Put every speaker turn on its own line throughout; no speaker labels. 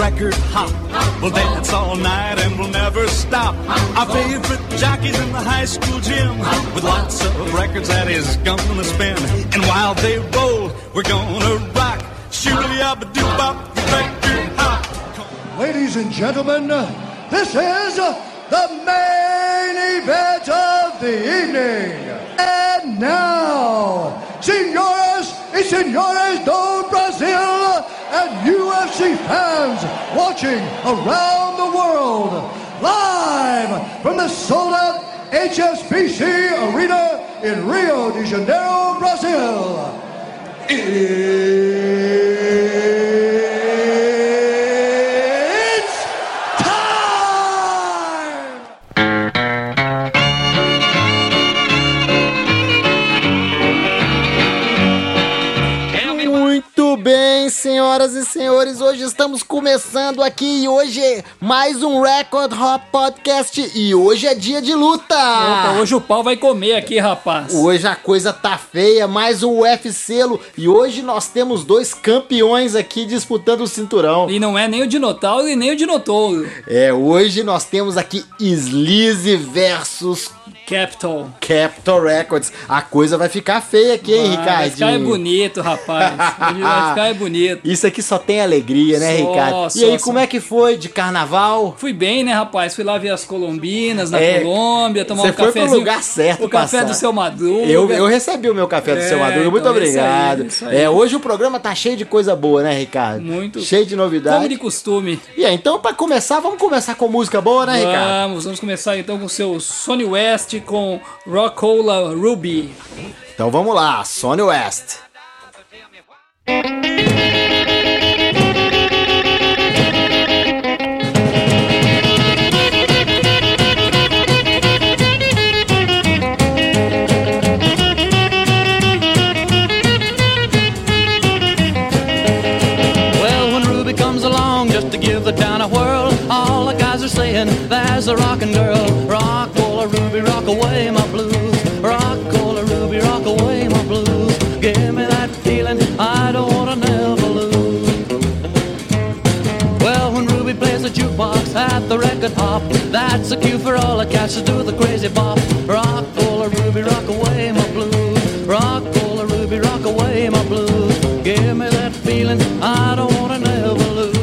record hop. We'll dance all night and we'll never stop. Our favorite jockey's in the high school gym with lots of records that he's gonna spin. And while they roll, we're gonna rock. Shoo-a-dee-up-a-doo-bop, record hop.
Ladies and gentlemen, this is the main event of the evening. And now, senhoras e senhores do Brasil and UFC fans watching around the world, live from the sold-out HSBC Arena in Rio de Janeiro, Brazil.
Senhoras e senhores, hoje estamos começando aqui e hoje é mais um Record Hop Podcast e hoje é dia de luta.
Opa, hoje o pau vai comer aqui, rapaz.
Hoje a coisa tá feia, mais um UFC-lo e hoje nós temos dois campeões aqui disputando o cinturão.
E não é nem o Dinotauro e nem o Dinotouro.
Hoje nós temos aqui Sleazy versus Capitol Records. A coisa vai ficar feia aqui, hein, Ricardinho?
Vai ficar bonito, rapaz. Vai ficar bonito.
Isso aqui só tem alegria, né, Ricardo? E aí, como é que foi de carnaval?
Fui bem, né, rapaz? Fui lá ver as colombinas na Colômbia, tomar um cafezinho.
Você foi pro lugar certo,
o café do seu Madruga.
Eu recebi o meu café do seu Madruga, muito obrigado.
Isso aí.
Hoje o programa tá cheio de coisa boa, né, Ricardo?
Muito.
Cheio de novidade.
Como de costume.
E aí, então, pra começar, vamos começar com música boa, né, Ricardo?
Vamos começar então com o seu Sonny West com Rockola Ruby.
Então vamos lá, Sonny West.
There's a rockin' girl, rock-cola Ruby, rock away my blues. Rock-cola Ruby, rock away my blues. Give me that feeling I don't wanna never lose. Well, when Ruby plays the jukebox at the record hop, that's a cue for all the cats to do the crazy bop. Rock-cola Ruby, rock away my blues. Rock-cola Ruby, rock away my blues. Give me that feeling I don't wanna never lose.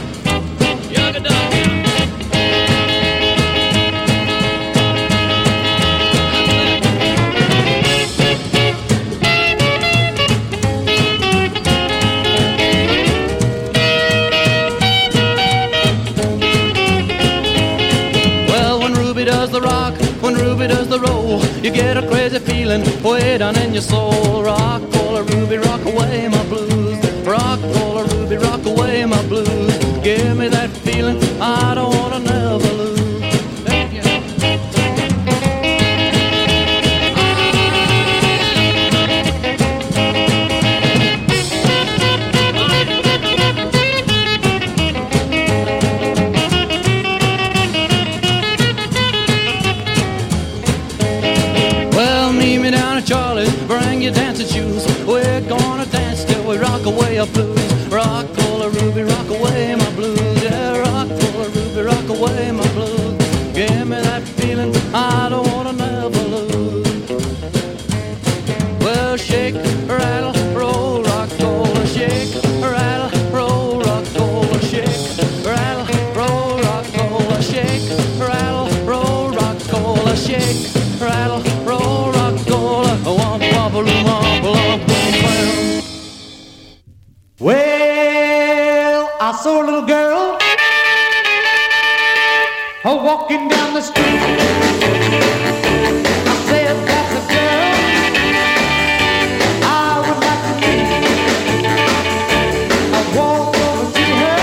Does the roll, you get a crazy feeling way down in your soul. Rock-cola Ruby, rock away my blues. Rock-cola Ruby, rock away my blues. Give me that feeling I don't wanna never lose. Away our blues, rock-cola Ruby, rock away my blues. Yeah, rock-cola Ruby, rock away my blues. Give me that feeling I don't wanna never lose. Well, shake, rattle, roll, rock-cola, shake, rattle, roll, rock-cola, shake, rattle, roll, rock-cola, shake, rattle, roll, rock-cola, shake, rattle, roll, rock-cola, womp, womp, womp, womp, womp. Well, I saw a little girl walking down the street. I said, that's a girl I would like to meet. I walked over to her,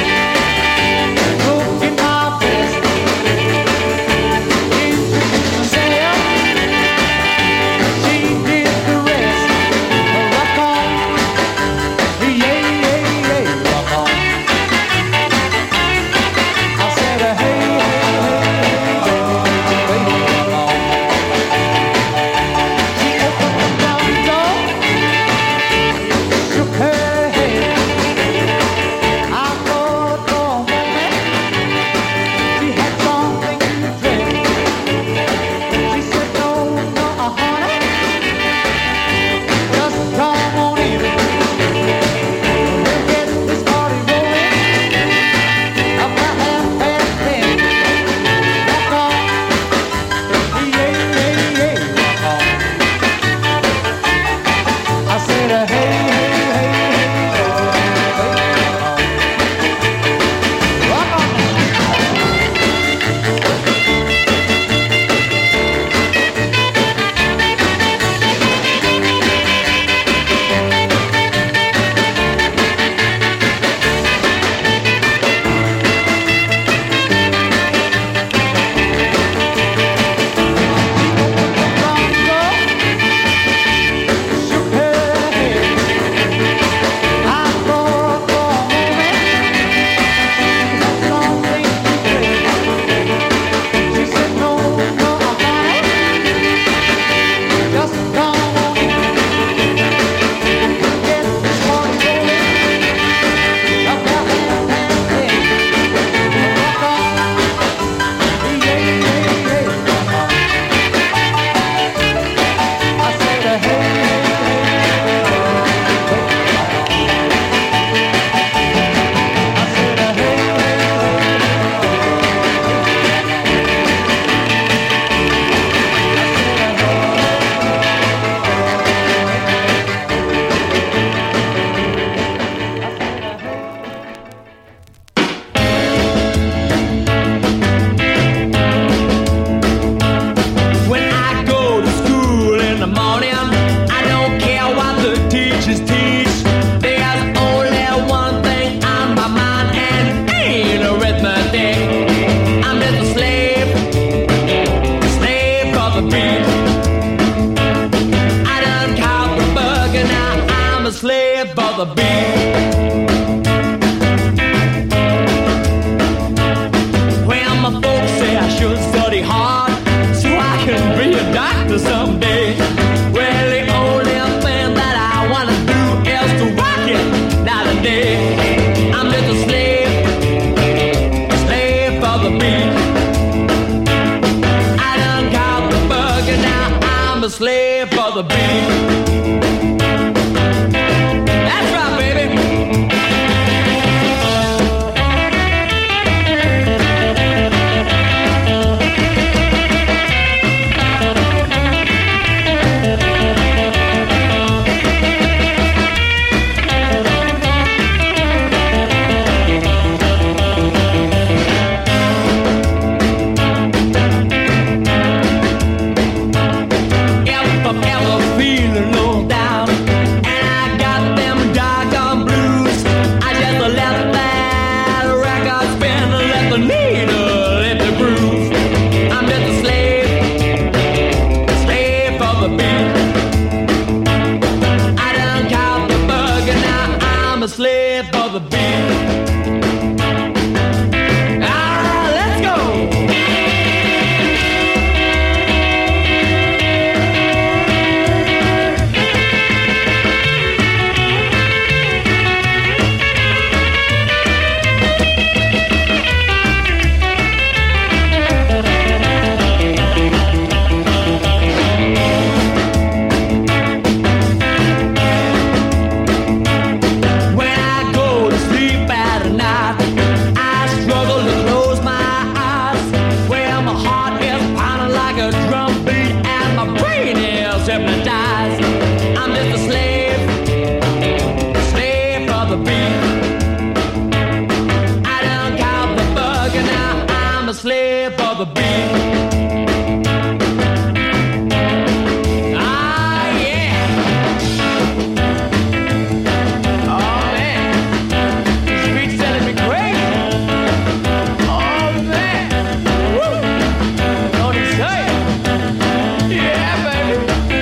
looking my best, introduced myself, she did the rest. Rock on, yeah, rock on. I said, hey, hey, hey, hey. the beat. Well, my folks say I should study hard so I can be a doctor someday. Well, the only thing that I wanna do is to rock it night and day. I'm just a slave for the beat. I done caught the bug and now I'm a slave for the beat. That's right, baby. Slave for the beat. Alright, let's go. Hypnotized. I'm just a slave for the beat. I done caught the bug and now I'm a slave for the beat. Ah, yeah. Oh, man. This beat's telling me crazy. Oh, man. Woo. Don't he say it? Yeah, baby.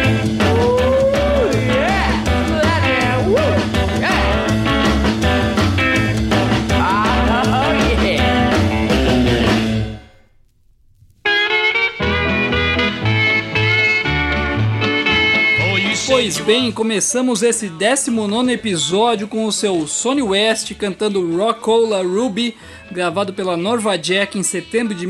Pois bem, começamos esse 19º episódio com o seu Sonny West cantando Rockola Ruby, gravado pela Norva Jack em setembro de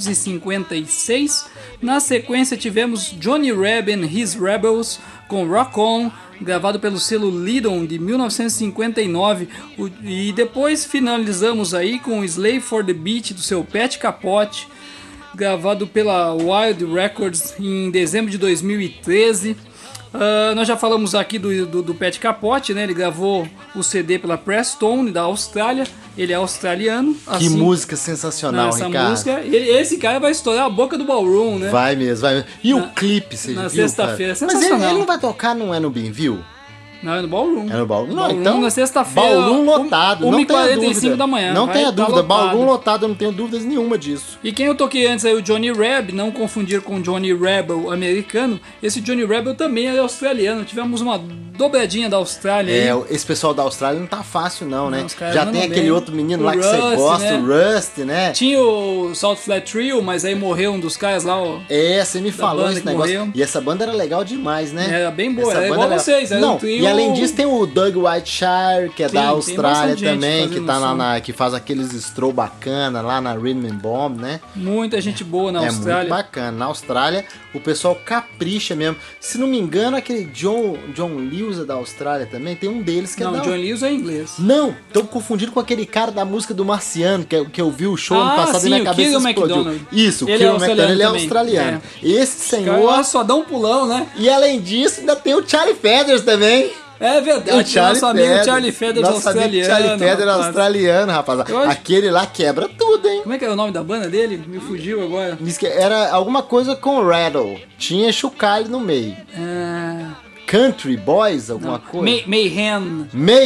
1956. Na sequência tivemos Johnny Reb and His Rebels com Rock On, gravado pelo selo Lydon de 1959, e depois finalizamos aí com Slave for the Beat do seu Pat Capote, gravado pela Wild Records em dezembro de 2013. Nós já falamos aqui do Pat Capote, né? Ele gravou o CD pela Prestone da Austrália. Ele é australiano.
Que música sensacional,
essa
Ricardo.
Música, esse cara vai estourar a boca do ballroom, né?
Vai mesmo, vai mesmo. E o clipe, você viu?
Na sexta-feira,
Mas
sensacional.
ele não vai tocar, não é no Benville?
Não, é no ballroom.
É no ballroom? Não,
Ballroom
então,
na sexta-feira.
ballroom lotado, não tenha
1h45
dúvida.
da manhã.
Não tenha dúvida,
lotado.
ballroom lotado, eu não tenho dúvidas nenhuma disso.
E quem eu toquei antes aí, o Johnny Reb, não confundir com Johnny Rebel americano. Esse Johnny Rebel também é australiano. Tivemos uma dobradinha da Austrália aí.
Esse pessoal da Austrália não tá fácil não, né?
Os caras
Já
mandam
tem aquele
bem.
outro menino
O
lá que você
Rusty,
gosta,
né?
o Rusty, né?
Tinha o South Flat Trio, mas aí morreu um dos caras lá, ó.
Você me falou
banda
esse
que
negócio.
morreu.
E essa banda era legal demais, né?
Era bem boa,
Essa
era
banda
igual vocês, era
Não,
um trio.
e além disso tem o Doug Whiteshire, que é
Sim,
da
tem
Austrália
bastante gente
também, que
fazendo
tá lá
som.
que faz aqueles stroll bacana lá na Rhythm and Bomb, né?
Muita gente boa na
É
Austrália.
muito bacana. Na Austrália, o pessoal capricha mesmo. Se não me engano, aquele John Lewis é da Austrália também. Tem um deles que
Não,
é da...
John Lewis é inglês.
Não, tô confundindo com aquele cara da música do Marciano, que eu vi o show ano passado
sim,
e minha
o
cabeça
Kieran
explodiu.
MacDonald.
Isso, o
Ele
Kieran
é
MacDonald, ele é
australiano
australiano. Esse senhor...
Cara, só dá um pulão, né?
E além disso, ainda tem o Charlie Feathers também.
É verdade, nosso amigo Charlie Feathers
nosso amigo
australiano.
Charlie Feathers
rapaz.
australiano, rapaz.
Eu acho-
Aquele lá quebra tudo, hein?
Como é que era o nome da banda dele? Me fugiu agora.
Diz que era alguma coisa com Rattle. Tinha chocalho no meio. Country Boys, alguma coisa?
Mayhem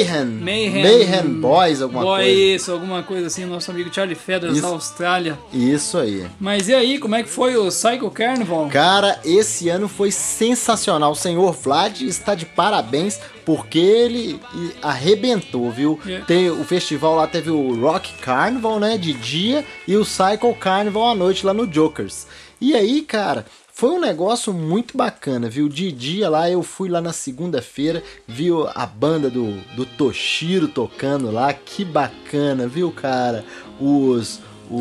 Boys, alguma coisa.
Isso, alguma coisa assim, nosso amigo Charlie Feathers da Austrália.
Isso aí.
Mas e aí, como é que foi o Psycho Carnival?
Cara, esse ano foi sensacional. O senhor Vlad está de parabéns, porque ele arrebentou, viu? O festival lá teve o Rock Carnival, né, de dia, e o Psycho Carnival à noite lá no Jokers. E aí, cara, foi um negócio muito bacana, viu? De dia lá, eu fui lá na segunda-feira, vi a banda do Toshiro tocando lá, que bacana, viu, cara? Os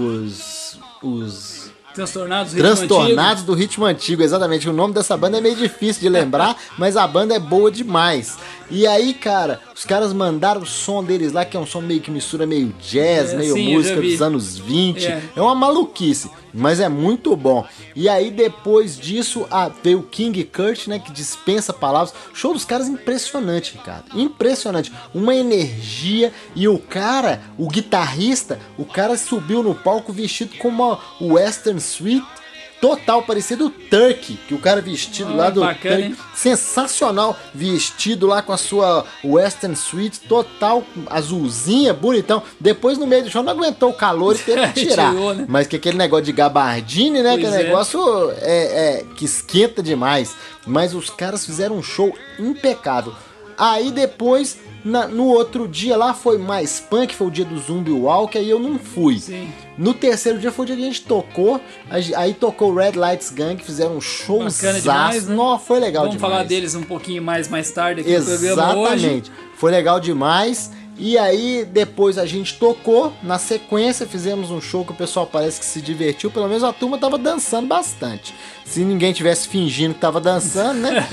Transtornados do Ritmo Antigo, exatamente. O nome dessa banda é meio difícil de lembrar, mas a banda é boa demais. E aí, cara, os caras mandaram o som deles lá, que é um som meio que mistura meio jazz, meio música dos anos 20. É uma maluquice, mas é muito bom. E aí, depois disso, veio o King Kurt, né, que dispensa palavras. O show dos caras impressionante, Ricardo. Impressionante. Uma energia. E o cara, o guitarrista, o cara subiu no palco vestido com uma Western Suite total, parecido o Turkey, que o cara vestido lá do
bacana,
Turkey, sensacional, vestido lá com a sua Western Suite total, azulzinha, bonitão. Depois no meio do show não aguentou o calor e teve que tirar.
Tirou, né?
Mas que aquele negócio de gabardine, né, que negócio que esquenta demais. Mas os caras fizeram um show impecável. Aí depois, no outro dia lá foi mais punk, foi o dia do Zumbi Walk, aí eu não fui.
Sim.
No terceiro dia foi o dia que a gente tocou, aí tocou o Red Lights Gang, fizeram um showzaço.
Né?
Nossa, foi legal
Vamos
demais.
Falar deles um pouquinho mais tarde aqui no programa hoje.
Exatamente, foi legal demais. E aí depois a gente tocou, na sequência fizemos um show que o pessoal parece que se divertiu, pelo menos a turma tava dançando bastante. Se ninguém tivesse fingindo que tava dançando, né?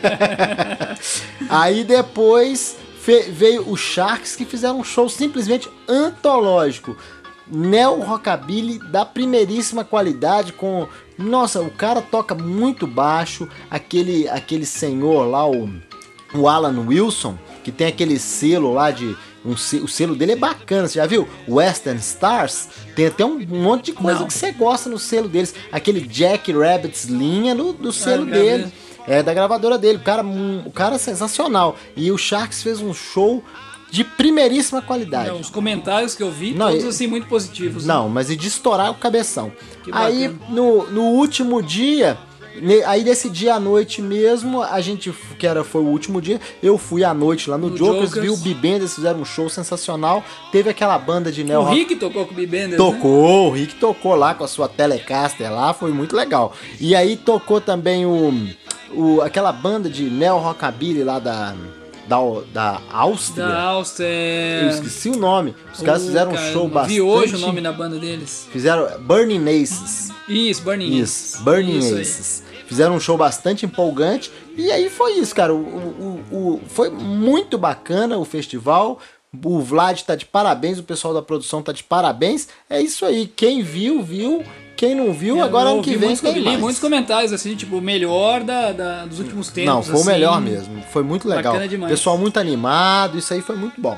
Aí depois veio o Sharks, que fizeram um show simplesmente antológico. Neo Rockabilly da primeiríssima qualidade, com... Nossa, o cara toca muito baixo, aquele senhor lá, o Alan Wilson, que tem aquele selo lá de... o selo dele é bacana, você já viu? Western Stars, tem até um monte de coisa que você gosta no selo deles. Aquele Jack Rabbit's linha do selo dele, da gravadora dele. O cara é sensacional. E o Sharks fez um show de primeiríssima qualidade.
Os comentários que eu vi, todos assim muito positivos.
Não, mas e de estourar o cabeção. Aí no último dia... Aí desse dia à noite mesmo, a gente, foi o último dia, eu fui à noite lá no Jokers, vi o B-Benders, fizeram um show sensacional, teve aquela banda de neo rock.
O Rick tocou com o B-Benders,
Tocou, né? O Rick tocou lá com a sua Telecaster lá, foi muito legal. E aí tocou também aquela banda de neo rockabilly lá da Áustria.
Da Áustria.
Eu esqueci o nome. Os caras fizeram um show bastante...
Vi hoje o nome da banda deles.
Fizeram Burning Aces.
Isso, Burning Aces.
Burning Aces. Fizeram um show bastante empolgante. E aí foi isso, cara. Foi muito bacana o festival. O Vlad tá de parabéns, o pessoal da produção tá de parabéns. É isso aí. Quem viu, viu. Quem não viu, agora ano que vem tem mais.
Muitos comentários, assim, tipo, o melhor dos últimos tempos.
Não, foi
assim,
o melhor mesmo. Foi muito legal.
Bacana demais.
Pessoal muito animado, isso aí foi muito bom.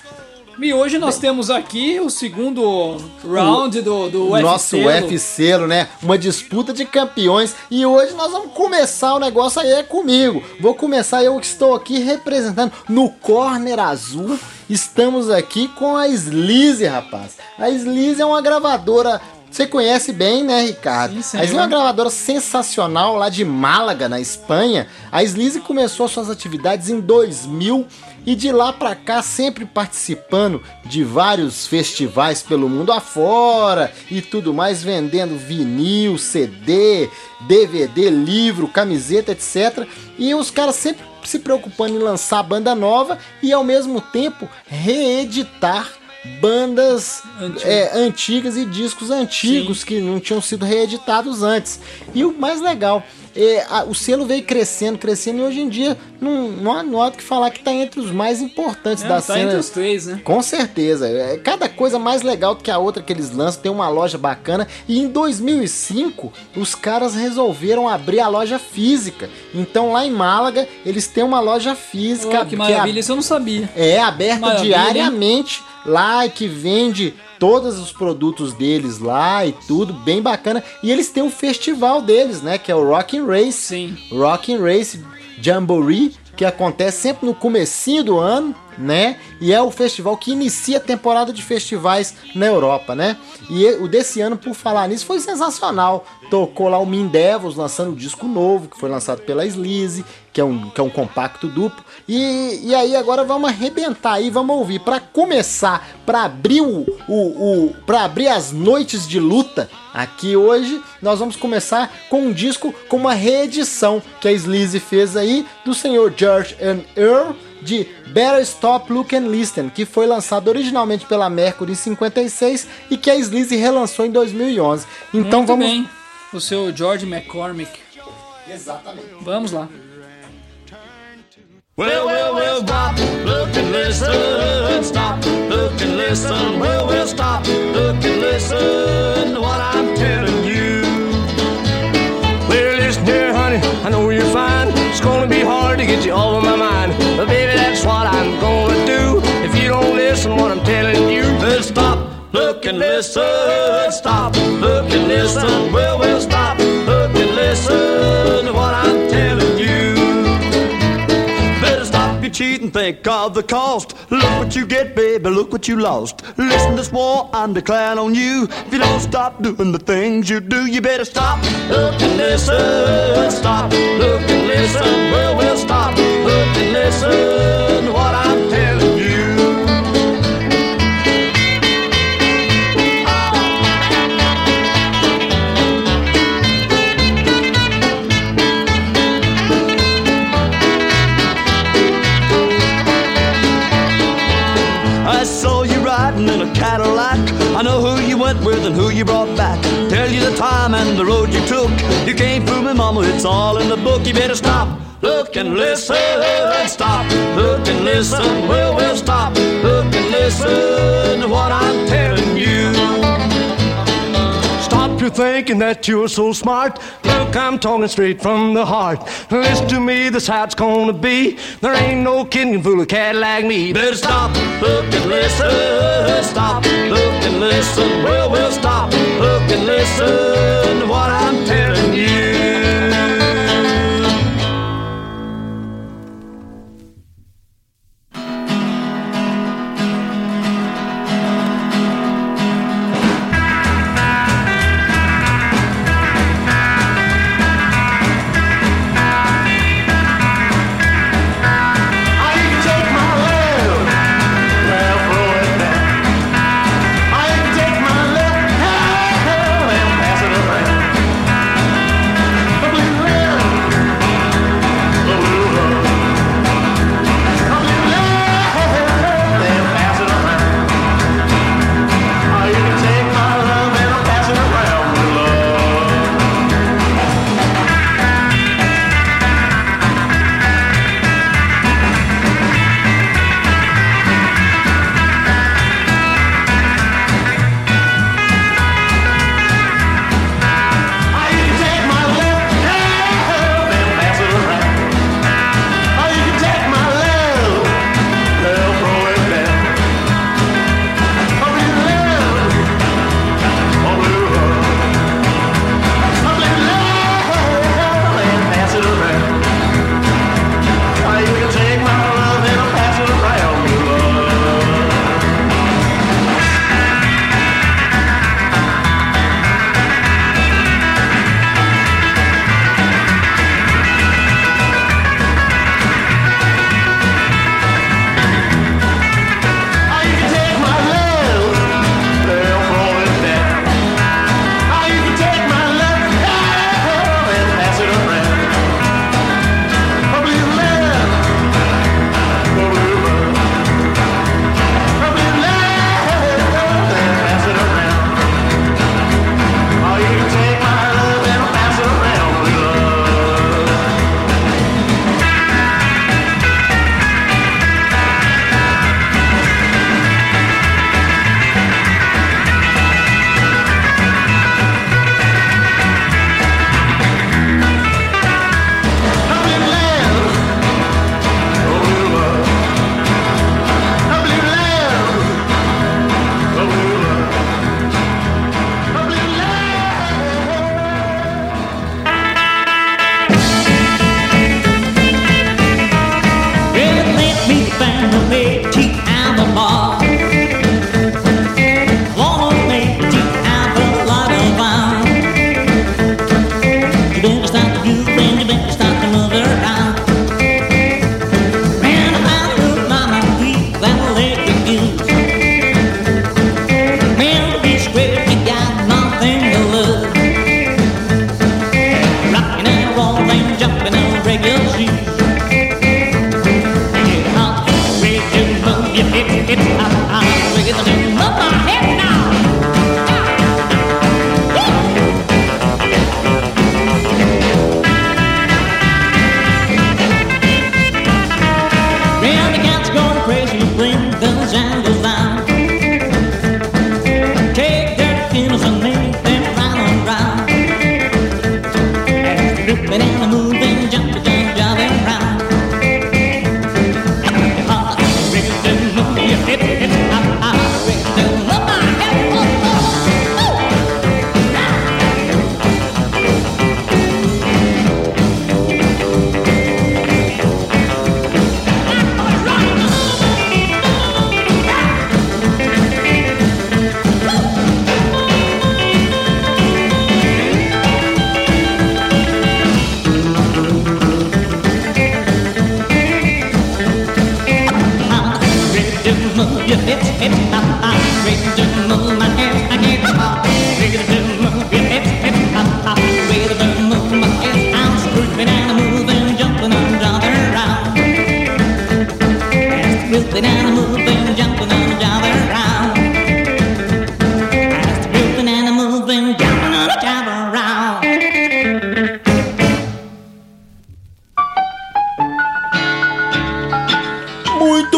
E hoje nós temos aqui o segundo round do UFC.
Nosso UFC, né? Uma disputa de campeões. E hoje nós vamos começar o negócio aí comigo. Vou começar, eu que estou aqui representando no corner azul. Estamos aqui com a Sleazy, rapaz. A Sleazy é uma gravadora... Você conhece bem, né, Ricardo?
Sim,
a Sleazy é uma gravadora sensacional lá de Málaga, na Espanha. A Sleazy começou suas atividades em 2000 e de lá pra cá sempre participando de vários festivais pelo mundo afora e tudo mais, vendendo vinil, CD, DVD, livro, camiseta, etc. E os caras sempre se preocupando em lançar banda nova e ao mesmo tempo reeditar bandas antigas e discos antigos. Sim. Que não tinham sido reeditados antes. E o mais legal, o selo veio crescendo e hoje em dia não há o que falar que está entre os mais importantes da cena.
Entre os três, né?
Com certeza. Cada coisa mais legal do que a outra que eles lançam, tem uma loja bacana. E em 2005 os caras resolveram abrir a loja física. Então lá em Málaga eles têm uma loja física.
Que maravilha, isso eu não sabia.
É aberta diariamente lá, que vende todos os produtos deles lá e tudo, bem bacana. E eles têm um festival deles, né, que é o Rock and Race.
Sim.
Rock and Race Jamboree, que acontece sempre no comecinho do ano, né? E é o festival que inicia a temporada de festivais na Europa, né? E o desse ano, por falar nisso, foi sensacional. Tocou lá o Mean Devils lançando um disco novo, que foi lançado pela Sleazy, que é um compacto duplo. E aí agora vamos arrebentar aí, vamos ouvir. Para começar, para abrir para abrir as noites de luta aqui hoje, nós vamos começar com um disco com uma reedição que a Sleazy fez aí do senhor George and Earl, de Better Stop, Look and Listen, que foi lançado originalmente pela Mercury em 56 e que a Sleazy relançou em 2011. Então
Muito
vamos...
bem, o seu George McCormick.
Exatamente.
Vamos lá.
Well, well, well, stop, look and listen. Stop, look and listen. Well, well, stop, look and listen to what I'm telling you.
Well, listen here, honey, I know you're fine. It's gonna be hard to get you all of my mind. But baby, that's what I'm gonna do if you don't listen what I'm telling you.
Well, stop, look and listen. Stop, look and listen. Well, well, stop, look and listen to what I'm telling you. Better stop your cheating, think of the cost. Look what you get, baby, look what you lost. Listen to this war I'm declaring on you. If you don't stop doing the things you do, you better stop, look and listen. Stop, look and listen. Well, well, stop, look and listen to what I'm telling you. I saw you riding in a Cadillac. I know who you went with and who you brought back. Tell you the time and the road you took. You can't fool me, mama, it's all in the book. You better stop, look and listen. Stop, look and listen. Well, well, stop, look and listen to what I'm telling you.
Stop you thinking that you're so smart. Look, I'm talking straight from the heart. Listen to me, this how it's gonna be. There ain't no kid can fool a cat like me.
Better stop, look and listen. Stop, look and listen. Well, well, stop, look and listen to what I'm telling you.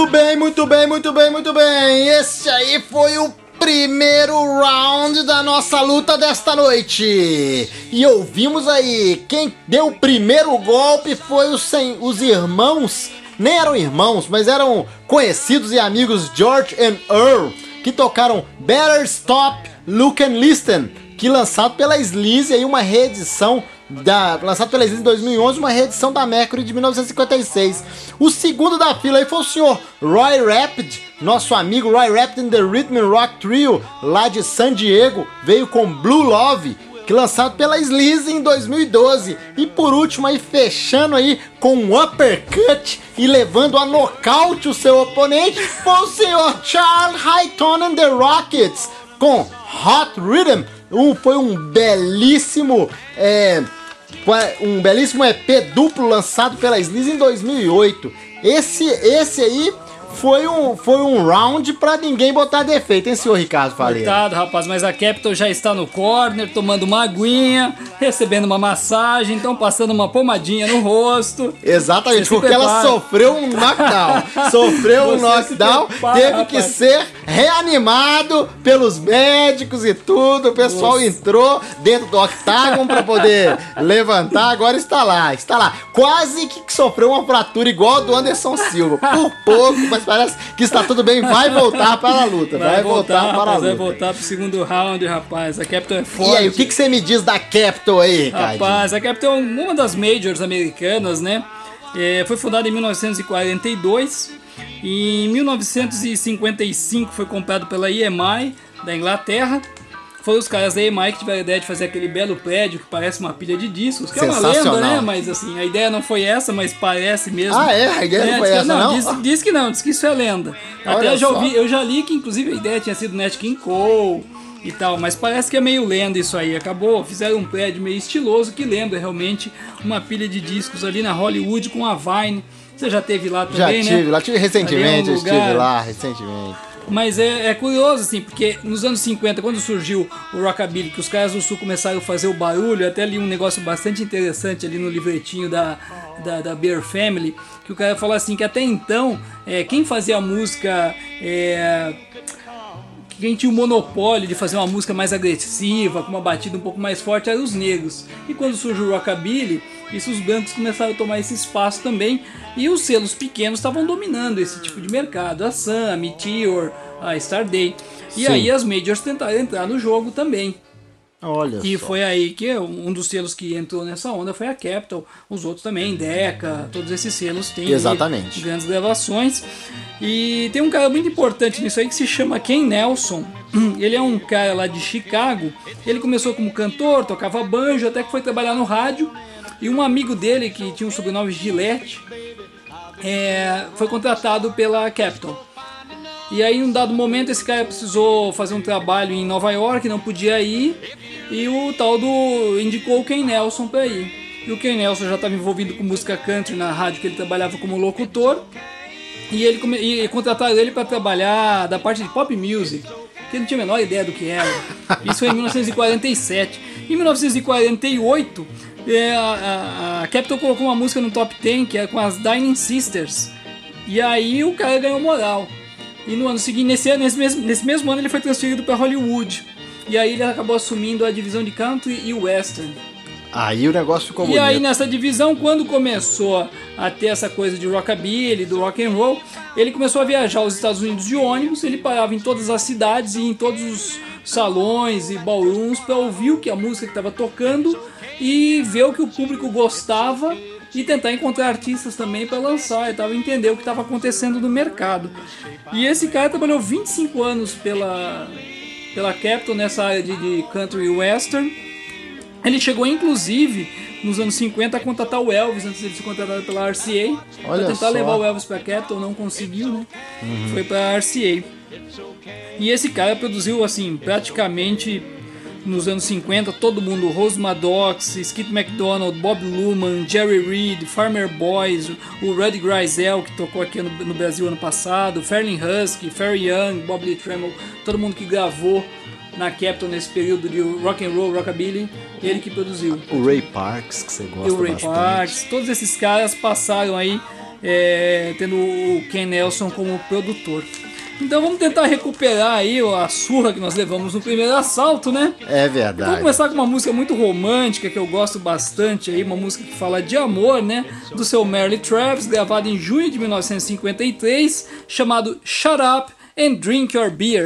Muito bem, muito bem, muito bem, muito bem. Esse aí foi o primeiro round da nossa luta desta noite. E ouvimos aí, quem deu o primeiro golpe foi os irmãos, nem eram irmãos, mas eram conhecidos e amigos George and Earl, que tocaram Better Stop, Look and Listen, que lançado pela Sleaze, aí uma reedição lançado pela Sleaze em 2011, uma reedição da Mercury de 1956. O segundo da fila aí foi o senhor Roy Rapid, nosso amigo Roy Rapid and the Rhythm and Rock Trio, lá de San Diego, veio com Blue Love, que lançado pela Sleaze em 2012. E por último aí, fechando aí com um uppercut e levando a nocaute o seu oponente, foi o senhor Charles Highton and the Rockets, com Hot Rhythm. Foi um belíssimo EP duplo lançado pela Sleaze em 2008. Esse aí foi um round pra ninguém botar defeito, hein, senhor Ricardo Faleiro?
Coitado, rapaz, mas a Capitol já está no corner, tomando uma aguinha, recebendo uma massagem, então passando uma pomadinha no rosto.
Exatamente, porque ela sofreu um knockdown. Teve que ser reanimado pelos médicos e tudo. O pessoal entrou dentro do octágono pra poder levantar, agora está lá. Quase que sofreu uma fratura igual a do Anderson Silva. Por pouco, mas parece que está tudo bem, vai voltar para a luta. Vai voltar pro segundo round, rapaz. A Capitol é forte. E aí, o que você me diz da Capitol aí, Ricardo?
Rapaz, a Capitol é uma das majors americanas, né? Foi fundada em 1942. E em 1955 foi comprado pela EMI da Inglaterra. Foram os caras da EMI que tiveram a ideia de fazer aquele belo prédio que parece uma pilha de discos, que é uma lenda, né? Mas assim, a ideia não foi essa, mas parece mesmo.
Ah, é? A ideia não foi essa, não?
Diz que isso é lenda. Até eu já li que inclusive a ideia tinha sido Nat King Cole e tal, mas parece que é meio lenda isso aí. Fizeram um prédio meio estiloso que lembra realmente uma pilha de discos ali na Hollywood com a Vine. Você já teve lá também, né?
Já tive recentemente, estive lá recentemente.
Mas é curioso, assim, porque nos anos 50, quando surgiu o Rockabilly, que os caras do Sul começaram a fazer o barulho, até ali um negócio bastante interessante ali no livretinho da Bear Family, que o cara falou assim, que até então, quem fazia a música... Quem tinha o monopólio de fazer uma música mais agressiva, com uma batida um pouco mais forte, eram os negros. E quando surgiu o Rockabilly, os brancos começaram a tomar esse espaço também, e os selos pequenos estavam dominando esse tipo de mercado, a Sun, a Meteor, a Starday. E aí as majors tentaram entrar no jogo também.
Olha
e
só.
Foi aí que um dos selos que entrou nessa onda foi a Capitol, os outros também, Decca, todos esses selos têm grandes gravações. E tem um cara muito importante nisso aí que se chama Ken Nelson. Ele é um cara lá de Chicago. Ele começou como cantor, tocava banjo, até que foi trabalhar no rádio. E um amigo dele, que tinha o sobrenome Gillette, foi contratado pela Capitol. E aí, em um dado momento, esse cara precisou fazer um trabalho em Nova York, não podia ir, e o tal indicou o Ken Nelson para ir. E o Ken Nelson já estava envolvido com música country na rádio que ele trabalhava como locutor, e contrataram ele para trabalhar da parte de pop music, que ele não tinha a menor ideia do que era. Isso foi em 1947. Em 1948, a Capitol colocou uma música no top 10, que era com as Dining Sisters, e aí o cara ganhou moral. E no ano seguinte, nesse mesmo ano, ele foi transferido para Hollywood. E aí ele acabou assumindo a divisão de country e western.
Aí o negócio ficou bonito.
E aí nessa divisão, quando começou a ter essa coisa de rockabilly, do rock and roll, ele começou a viajar aos Estados Unidos de ônibus. Ele parava em todas as cidades e em todos os salões e ballrooms para ouvir o que a música que estava tocando e ver o que o público gostava e tentar encontrar artistas também para lançar e entender o que estava acontecendo no mercado. E esse cara trabalhou 25 anos pela Capitol nessa área de country e western. Ele chegou inclusive nos anos 50 a contratar o Elvis antes de ele ser contratado pela RCA. Para tentar levar o Elvis para a Capitol, não conseguiu, né? Foi para a RCA. E esse cara produziu assim praticamente nos anos 50, todo mundo, Rose Maddox, Skip McDonald, Bob Luman, Jerry Reed, Farmer Boys, o Rudy Grisell, que tocou aqui no Brasil ano passado, Fairlin Husky, Ferry Young, Bob Lee Tremble, todo mundo que gravou na Capitol nesse período de rock and roll, rockabilly, ele que produziu.
O Ray Parks, que você gosta bastante.
O Ray Parks, todos esses caras passaram aí tendo o Ken Nelson como produtor. Então vamos tentar recuperar aí a surra que nós levamos no primeiro assalto, né?
É verdade.
Vamos começar com uma música muito romântica que eu gosto bastante aí, uma música que fala de amor, né? Do seu Merle Travis, gravada em junho de 1953, chamado Shut Up and Drink Your Beer.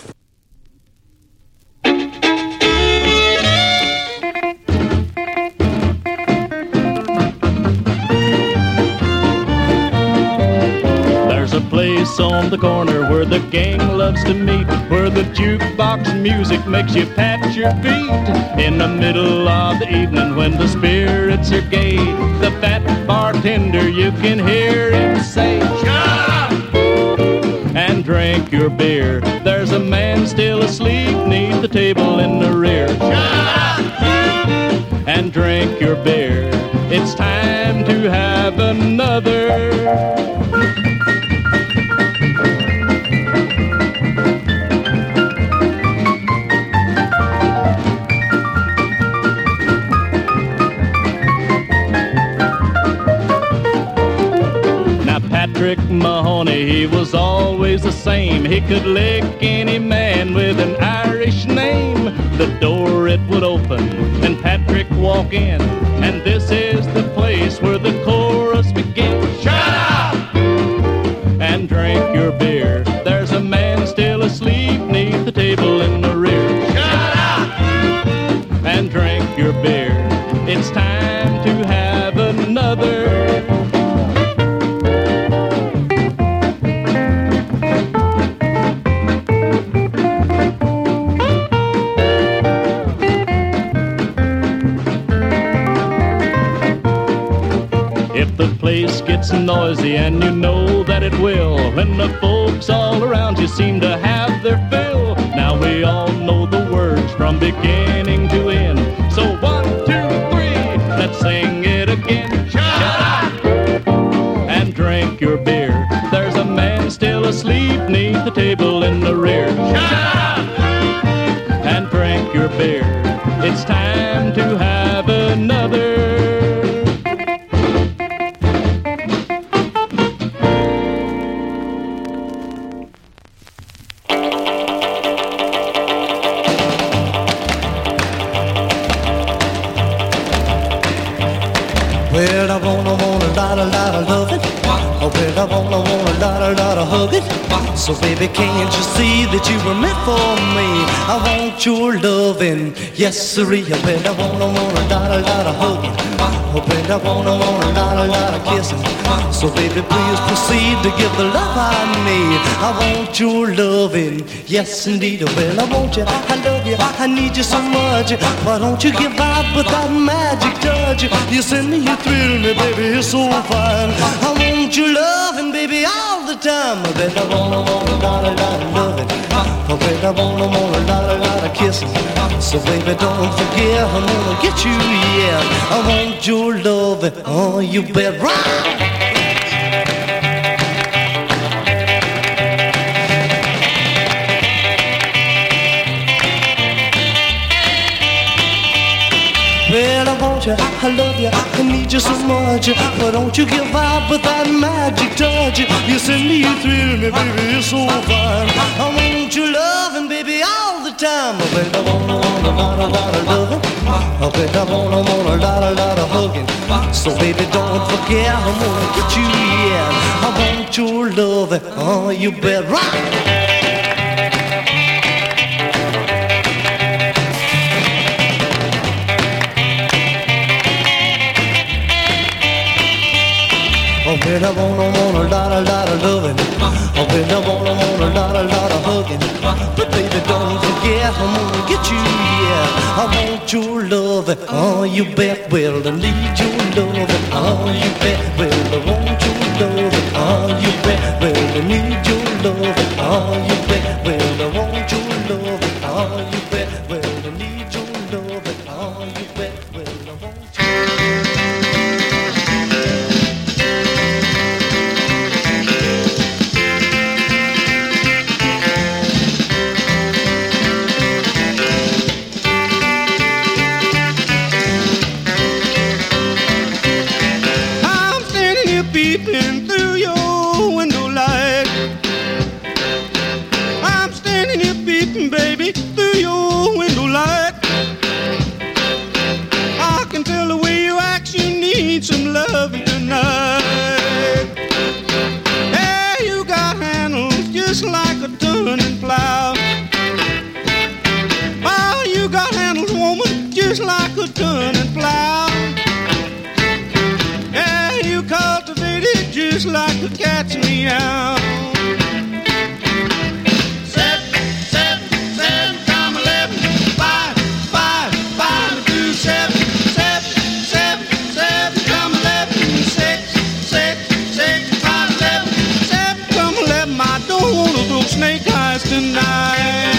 There's a place on the corner where the gang loves to meet, where the jukebox music makes you pat your feet. In the middle of the evening when the spirits are gay, the fat bartender, you can hear him say, "Shut up and drink your beer. There's a man still asleep neath the table in the rear. Shut up and drink your beer. It's time to have another." Patrick Mahoney, he was always the same. He could lick any man with an Irish name. The door, it would open and Patrick walk in, and this is the place where the chorus begins. Shut up and drink your beer. There's a man still asleep neath the table in the rear. Shut up and drink your beer. It's time to have another. Place gets noisy and you know that it will, and the folks all around you seem to have their fill. Now we all know the words from beginning to end, so 1, 2, 3, let's sing it again. Shut up and drink your beer. There's a man still asleep neath the table in the rear. Shut up and drink your beer. It's time to have another.
Well, I want a lot of loving. Oh, well, I want a lot of hugging. So, baby, can't you see that you were meant for me? I want your loving, yes, sirree. Oh, well, I want a lot of hugging. Oh, well, I want a lot of kissing. So, baby, please proceed to give the love I need. I want your loving, yes, indeed. Oh, well, I want you, I love you, I need you so much. Why don't you give out with that magic touch? You send me, you thrill me, baby, you're so fine. I want your loving, baby, all the time. I bet I want a lot of loving. I bet I want a lot of kissing. So baby, don't forget, I'm gonna get you, yeah. I want your loving, oh, you bet right. Well, I want you, I love you, I need you so much. Why don't you give out with that magic touch? You send me, you thrill me, baby, you're so fine. I want your loving, baby, all the time. I bet I want a lot of loving. I bet I want a lot of hugging. So baby, don't forget, I'm gonna get you, yeah. I want your loving, oh, you bet right. Oh, well, I want a lot of loving. Oh, well, I want a lot of hugging. But baby, don't forget, I'm gonna get you, yeah. I want your loving, oh, you bet. Well, I need your loving, oh, you bet. Well, I want your loving, oh, you bet. Well, I need your loving, oh, you bet. Well, I want your loving, oh, you bet. Well, I need your loving, oh, you bet. Well, I want
I'm standing here peeping just like a cat's meow. 7, 7, 7, 11, 5, 5, 5, 2, 7, 7, 7, 7, 11, 6, 6, 6, 5, 11, 7, 11. I don't wanna do snake eyes tonight.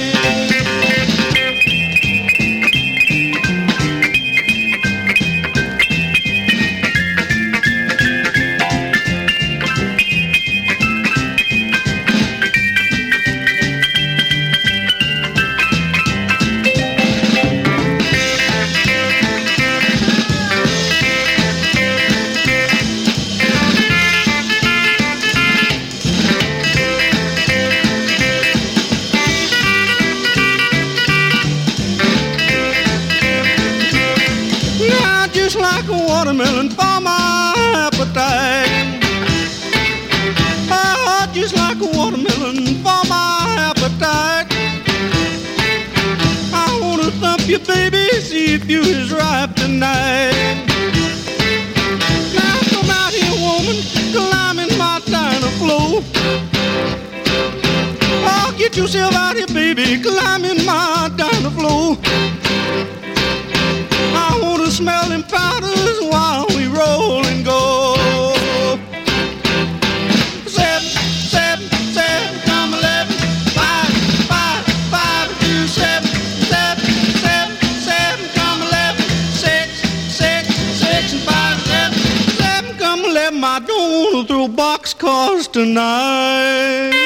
Like a watermelon for my appetite. Oh, just like a watermelon for my appetite. I wanna thump you, baby, see if you is ripe tonight. Now come out here, woman, climb in my diner flow. Oh, get yourself out here, baby, climb in my diner flow. I wanna smell them powders while we roll and go. 7, 7, 7, 11, 5, 5, 5, 2, 7, 7, 7, 7, 11, 6, 6, 6, and 5, 7, 7, 11. I don't wanna throw boxcars tonight.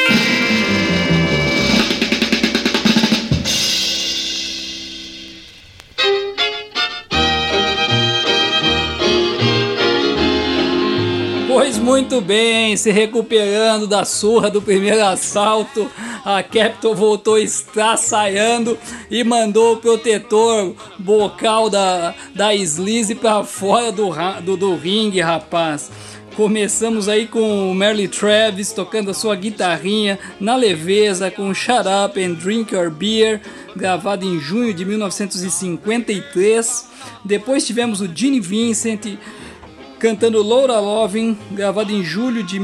Pois muito bem, se recuperando da surra do primeiro assalto, a Capitol voltou estraçaiando e mandou o protetor bocal da Sleaze pra fora do ringue, rapaz. Começamos aí com o Merle Travis tocando a sua guitarrinha na leveza com Shut Up and Drink Your Beer, gravado em junho de 1953. Depois tivemos o Gene Vincent cantando Laura Lovin, gravado em julho de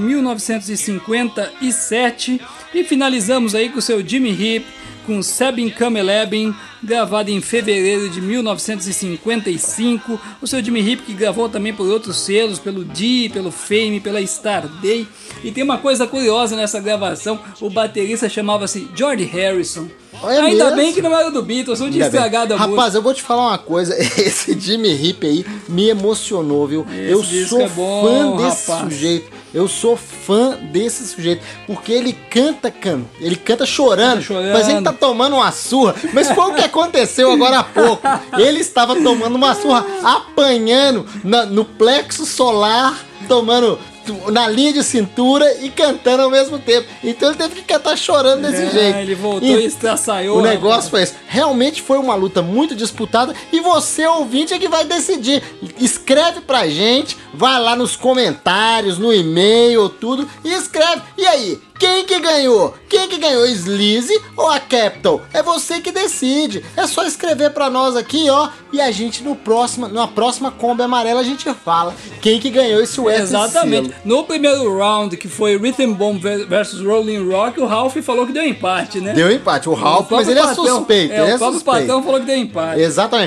1957. E finalizamos aí com o seu Jimmy Hip, com Sabin Kamelebin, gravado em fevereiro de 1955. O seu Jimmy Hip que gravou também por outros selos, pelo Dee, pelo Fame, pela Starday. E tem uma coisa curiosa nessa gravação, o baterista chamava-se George Harrison. Ainda bem que não era do Beatles, onde estragada a música.
Rapaz, eu vou te falar uma coisa, esse Jimmy Hip aí me emocionou, viu? Eu sou fã desse sujeito. Eu sou fã desse sujeito, porque ele canta chorando, mas ele tá tomando uma surra. Mas foi o que aconteceu agora há pouco. Ele estava tomando uma surra, apanhando no plexo solar, tomando na linha de cintura e cantando ao mesmo tempo. Então ele teve que cantar chorando desse jeito.
Ele voltou e estraçaiou.
O negócio foi esse. Realmente foi uma luta muito disputada e você, ouvinte, é que vai decidir. Escreve pra gente, vai lá nos comentários, no e-mail, tudo, e escreve. E aí? Quem que ganhou? Quem que ganhou, Sleaze ou a Capitol? É você que decide. É só escrever pra nós aqui, ó, e a gente na próxima Kombi Amarela a gente fala quem que ganhou esse UFC.
Exatamente. No primeiro round, que foi Rhythm Bomb versus Rolling Rock, o Ralph falou que deu empate, né?
Deu empate, o Ralph, mas ele é suspeito.
O próprio Patrão falou que deu empate.
Exatamente.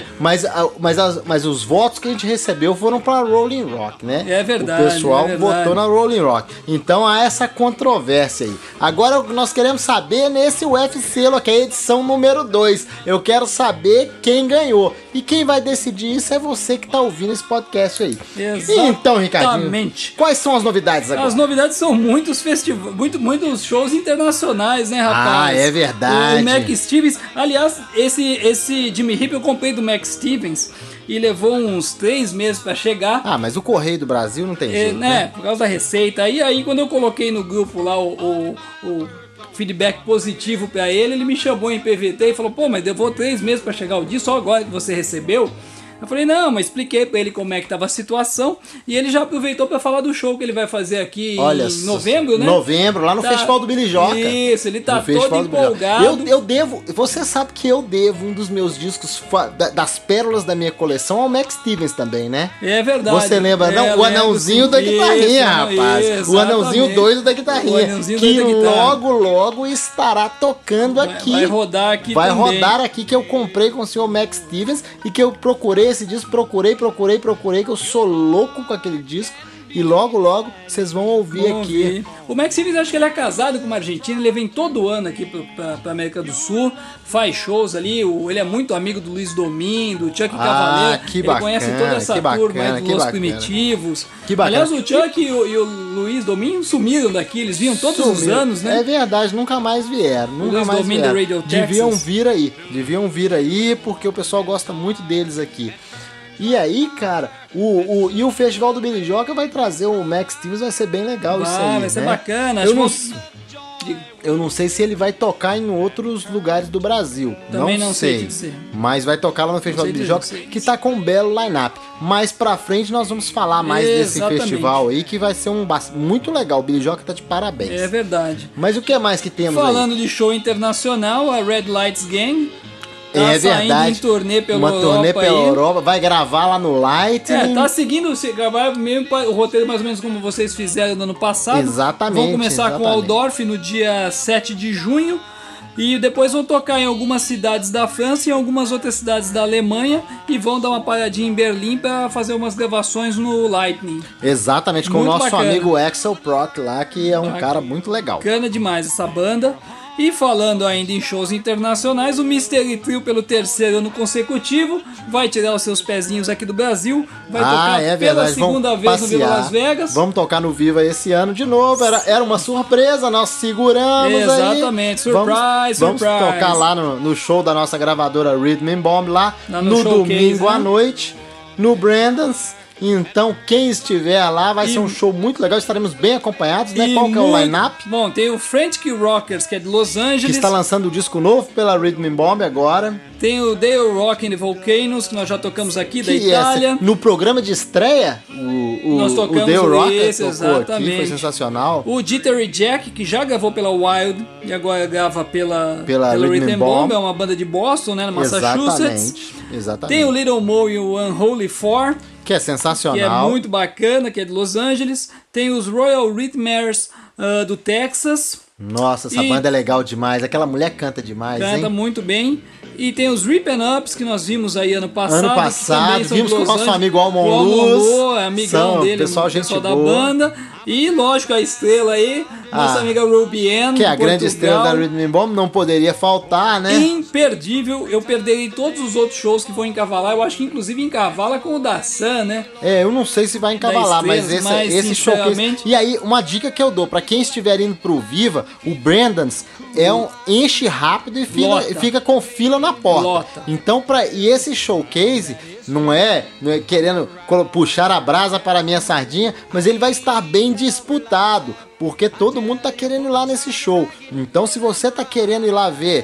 Mas os votos que a gente recebeu foram pra Rolling Rock, né?
É verdade.
O pessoal votou na Rolling Rock. Então há essa controvérsia aí. Agora nós queremos saber nesse UFC, que é a edição número 2. Eu quero saber quem ganhou. E quem vai decidir isso é você que tá ouvindo esse podcast aí.
Exatamente.
Então, Ricardinho, quais são as novidades agora?
As novidades são muitos festivais, muitos shows internacionais, né, rapaz?
Ah, é verdade.
O Mac Stevens, aliás, esse Jimmy Hip eu comprei do Mac Stevens e levou uns 3 meses pra chegar.
Ah, mas o Correio do Brasil não tem jeito, né?
Por causa da receita. E aí quando eu coloquei no grupo lá o feedback positivo pra ele me chamou em PVT e falou, pô, mas levou 3 meses pra chegar o dia, só agora que você recebeu? Eu falei, não, mas expliquei pra ele como é que tava a situação. E ele já aproveitou pra falar do show que ele vai fazer aqui em novembro, né?
Novembro, lá no Festival do Billy Joca.
Isso, ele tá
No Festival
todo
do Billy Joca.
empolgado.
Eu devo, você sabe que eu devo um dos meus discos das pérolas da minha coleção ao Max Stevens também, né?
É verdade.
Você lembra, não? O
lembro,
anãozinho
sim.
da guitarrinha,
Isso,
rapaz. O anãozinho
exatamente.
doido da
O
guitarrinha.
anãozinho
Que
doido da guitarra.
logo estará tocando aqui.
Vai rodar aqui
Vai
também.
rodar aqui, que eu comprei com o senhor Max Stevens e que eu procurei esse disco, procurei, que eu sou louco com aquele disco. E logo vocês vão ouvir
Vamos
aqui.
ver. O Max Stevens, acho que ele é casado com uma argentina, ele vem todo ano aqui pra América do Sul, faz shows ali, ele é muito amigo do Luiz Domingo, do Chuck Cavaleiro,
que
ele
bacana,
conhece toda essa
que
turma
bacana,
aí
que
dos Los
bacana.
Primitivos.
Que bacana.
Aliás, o Chuck e o Luiz Domingo sumiram daqui, eles vinham todos os
Sumiu.
anos, né?
É verdade, nunca mais vieram. Nunca
Luiz
mais
Domingo
vieram.
da Radio
Deviam
Texas.
vir aí, porque o pessoal gosta muito deles aqui. E aí, cara, o Festival do Billy Joca vai trazer o Max Stevens, vai ser bem legal isso aí,
Vai ser
né?
bacana.
Eu
acho que
Eu não sei se ele vai tocar em outros lugares do Brasil.
Também não sei dizer.
Mas vai tocar lá no Festival do Billy Joca, que tá com um belo line-up. Mais pra frente nós vamos falar mais desse
Exatamente.
festival aí, que vai ser muito legal. O Billy Joca tá de parabéns.
É verdade.
Mas o que mais que temos
Falando de show internacional, a Red Lights Gang tá
É
saindo
verdade.
em turnê pela
Uma
Europa
turnê pela
aí.
Europa, vai gravar lá no Lightning.
Tá seguindo, gravar mesmo o roteiro mais ou menos como vocês fizeram no ano passado.
Exatamente,
Vão começar com
exatamente.
Waldorf no dia 7 de junho. E depois vão tocar em algumas cidades da França e em algumas outras cidades da Alemanha. E vão dar uma paradinha em Berlim para fazer umas gravações no Lightning.
Exatamente, com o
Muito
nosso
bacana.
amigo Axel Proc lá, que é um cara muito legal.
Bacana demais essa banda. E falando ainda em shows internacionais, o Mystery Trio, pelo terceiro ano consecutivo, vai tirar os seus pezinhos aqui do Brasil, vai tocar pela segunda vez no Viva Las Vegas.
Vamos tocar no Viva esse ano de novo. Era uma surpresa, nós seguramos aí.
Exatamente, surprise,
Vamos
surprise.
tocar lá no show da nossa gravadora Rhythm and Bomb, lá
Lá
no
showcase,
domingo à
né?
noite, no Brandon's. Então, quem estiver lá vai ser um show muito legal. Estaremos bem acompanhados, né?
E
Qual que é o
muito-
line-up?
Bom, tem o Frantic Rockers, que é de Los
Que
Angeles.
está lançando o disco novo pela Rhythm and Bomb agora.
Tem o Dale Rock and the Volcanoes, que nós já tocamos aqui, da
Que
Itália.
no programa de estreia,
Nós tocamos
o Dale Rocker
esse,
tocou aqui,
exatamente.
foi sensacional.
O Jittery Jack, que já gravou pela Wild e agora grava pela
Rhythm
Rhythm
and
Bomb,
Bomb.
é uma banda de Boston, né, no Massachusetts.
Exatamente.
Tem o Little Mo e o Unholy Four,
Que é
que é
sensacional.
muito bacana, que é de Los Angeles. Tem os Royal Rhythmers do Texas,
Nossa, essa
E-
banda é legal demais. Aquela mulher canta demais,
canta
hein?
muito bem. E tem os Rip and Ups, que nós vimos aí ano passado.
Ano
que
passado,
também são de
vimos com o
Los
nosso
Angeles.
amigo Almon
O
Luz.
Lu, é amigão
São
dele,
pessoal,
o
gente
pessoal da
boa.
banda. E, lógico, a estrela aí, nossa amiga Ruby Ann,
Que é a
de
grande estrela da
Portugal.
Rhythm and Bomb, não poderia faltar, né?
Imperdível, eu perderei todos os outros shows que vão encavalar. Eu acho que inclusive encavala com o da Sam, né?
É, eu não sei se vai encavalar,
Da
mas
Estrelas, mas,
esse showcase...
sinceramente-
E aí, uma dica que eu dou, pra quem estiver indo pro Viva, o Brandon's enche rápido e
Lota.
fica com fila na porta.
Lota.
Então, e esse showcase não é querendo puxar a brasa para a minha sardinha, mas ele vai estar bem disputado, porque todo mundo tá querendo ir lá nesse show. Então, se você tá querendo ir lá ver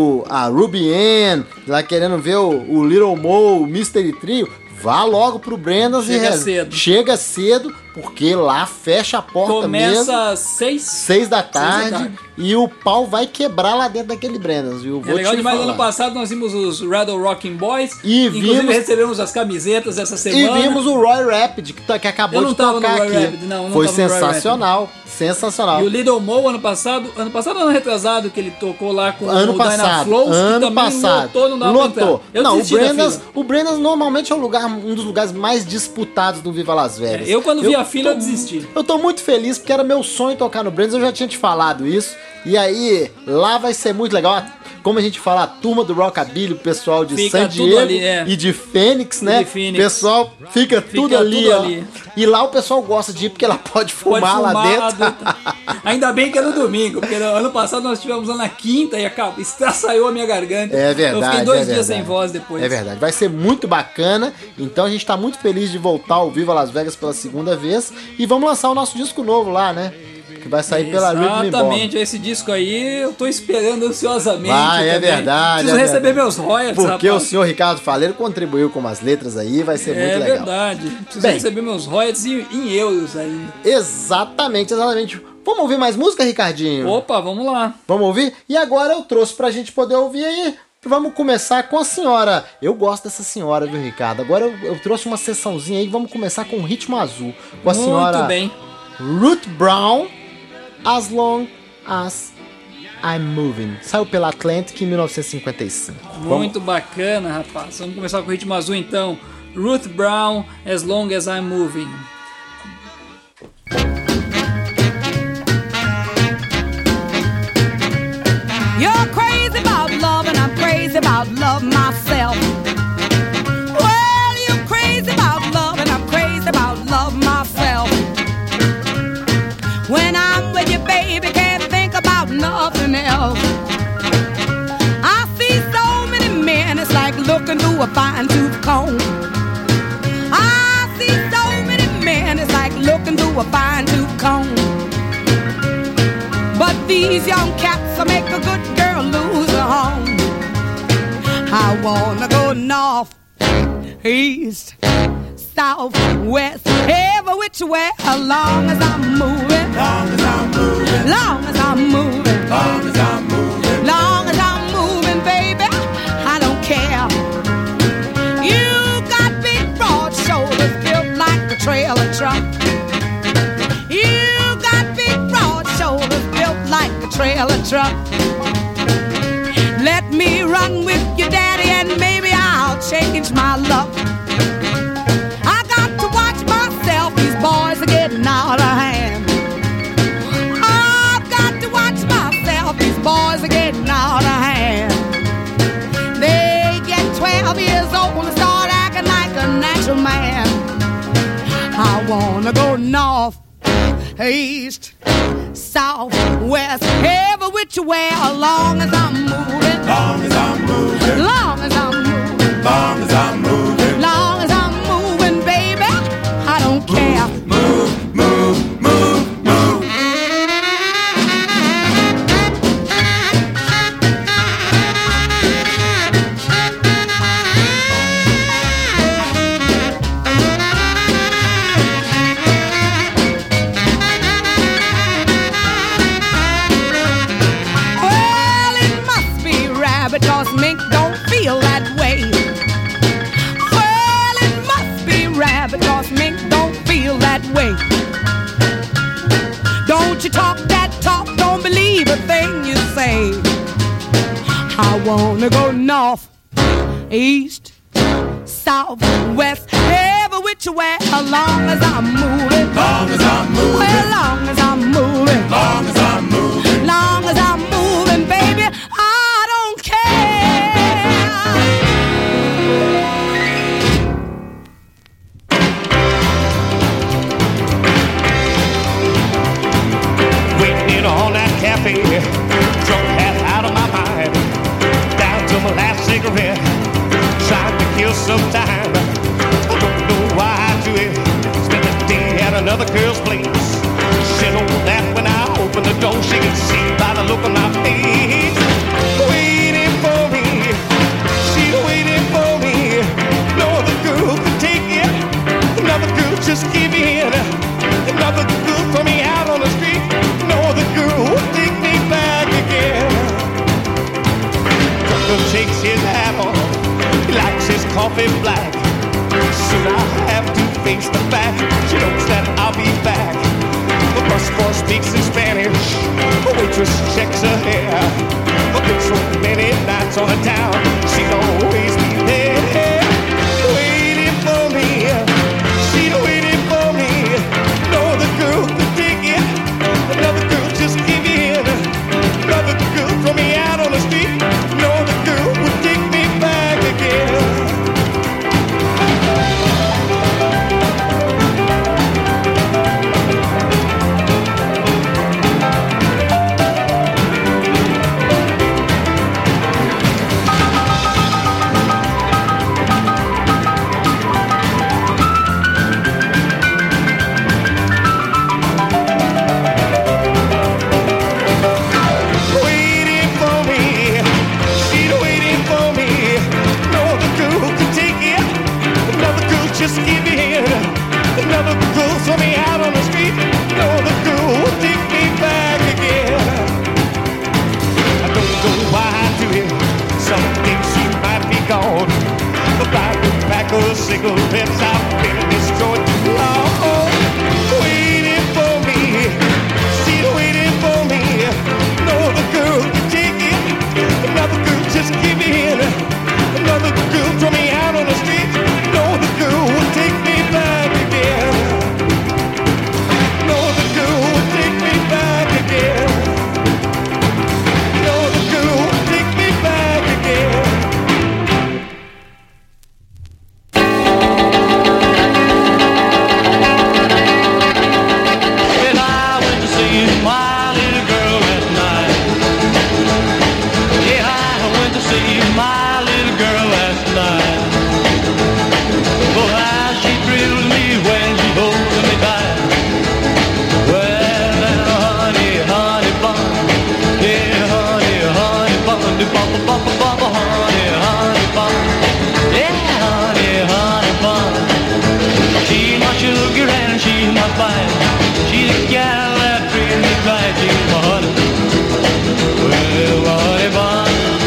a Ruby Ann, lá querendo ver o Little Mo, o Mystery Trio, vá logo pro Brandon's chega cedo, porque lá fecha a porta mesmo.
Começa às 6.
6 da tarde e o pau vai quebrar lá dentro daquele Brandon's, viu?
É legal demais. Ano passado nós vimos os Rattle Rocking Boys.
E
inclusive recebemos as camisetas essa semana.
E vimos o Roy Rapid, que acabou
Eu não
de
tava
tocar
no Roy
aqui.
Rapid, não
Foi
tava no Roy
sensacional. Sensacional.
E o Little Mo ano passado ano retrasado, que ele tocou lá com
Ano
o
passado,
Dynaflows, que
ano
também
passado.
lotou, não dava pra entrar. Eu
Não,
desisti da fila.
o Brandon's normalmente é um dos lugares mais disputados do Viva Las Vegas.
Eu quando vi a fila, eu desisti.
Eu tô muito feliz porque era meu sonho tocar no Brandon's, eu já tinha te falado isso. E aí, lá vai ser muito legal. Como a gente fala, a turma do Rockabilly, o pessoal de
Fica
San
tudo
Diego
ali,
e de Fênix, né?
de Phoenix.
O pessoal fica tudo ali,
tudo
ó.
ali.
E lá o pessoal gosta de ir porque ela pode fumar lá dentro.
Ainda bem que é no domingo, porque no ano passado nós estivemos lá na quinta e estraçaiou a minha garganta.
É verdade.
Eu fiquei 2
é
dias sem
verdade.
voz depois.
É verdade. Vai ser muito bacana. Então a gente tá muito feliz de voltar ao Viva Las Vegas pela segunda vez. E vamos lançar o nosso disco novo lá, né? que vai sair pela Rhythm Box.
Exatamente, esse disco aí eu tô esperando ansiosamente.
É
também.
verdade.
Preciso receber meus royalties,
porque
rapaz.
o senhor Ricardo Faleiro contribuiu com umas letras aí, vai ser muito legal.
É verdade. Preciso receber meus royalties em euros ainda.
Exatamente. Vamos ouvir mais música, Ricardinho?
Opa, vamos lá.
Vamos ouvir? E agora eu trouxe pra gente poder ouvir aí. Vamos começar com a senhora. Eu gosto dessa senhora, viu, Ricardo? Agora eu trouxe uma sessãozinha aí. Vamos começar com o Ritmo Azul. Com a senhora
Muito bem.
Ruth Brown, As Long As I'm Moving. Saiu pela Atlantic em 1955.
Muito bacana, rapaz. Vamos começar com o Ritmo Azul então. Ruth Brown, As Long As I'm Moving.
You're crazy about love and I'm crazy about love myself. Well, you're crazy about love and I'm crazy about love myself. When I'm with you, baby, can't think about nothing else. I see so many men, it's like looking through a fine-tooth comb. I see so many men, it's like looking through a fine-tooth comb. But these young cats will make a good girl lose her home. I wanna go north, east, south, west, every which way, as long as I'm moving. Long as I'm moving. Long as I'm moving. Long as I'm moving. Long as I'm moving, baby, I don't care. You got big broad shoulders built like a trailer truck. You got big broad shoulders built like a trailer truck. Let me run with you, daddy, and maybe I'll change my luck. I got to watch myself, these boys are getting out of hand. I've got to watch myself, these boys are getting out of hand. They get 12 years old and start acting like a natural man. I wanna go north, east, south, west, every which way, as long as I'm moving. Long as I'm moving. Long as I'm moving. Long as I'm moving. Long as I'm moving, baby, I don't care. Move, move, move, move. Because mink don't feel that way. Well, it must be rabbit, because mink don't feel that way. Don't you talk that talk, don't believe a thing you say. I wanna go north, east, south, west, every which way, as long as I'm moving. Long as I'm moving. Well, long as I'm moving. Long as I'm moving. Long as I'm moving, baby, I don't care.
Waiting on that cafe, drunk half out of my mind, down to my last cigarette, trying to kill some time. I don't know why I do it. Spend the day at another girl's place. She know that when I open the door, she can see by the look on my face. Waiting for me, she's waiting for me. No other girl could take it. Another girl just give in. Another girl throw me out on the street. No other girl will take me back again. Trucker takes his hat off, he likes his coffee black. Soon I'll have to face the fact, she knows that I'll be back. The busboy speaks in Spanish, the waitress checks her hair. I've been so many nights on the town, she'll always be there. Waiting for me, she's waiting for me. No other girl could take it, another girl just give in. Another girl throw me out on the street, no other girl would take me back again.
right, she's my honey. Well, honey bun.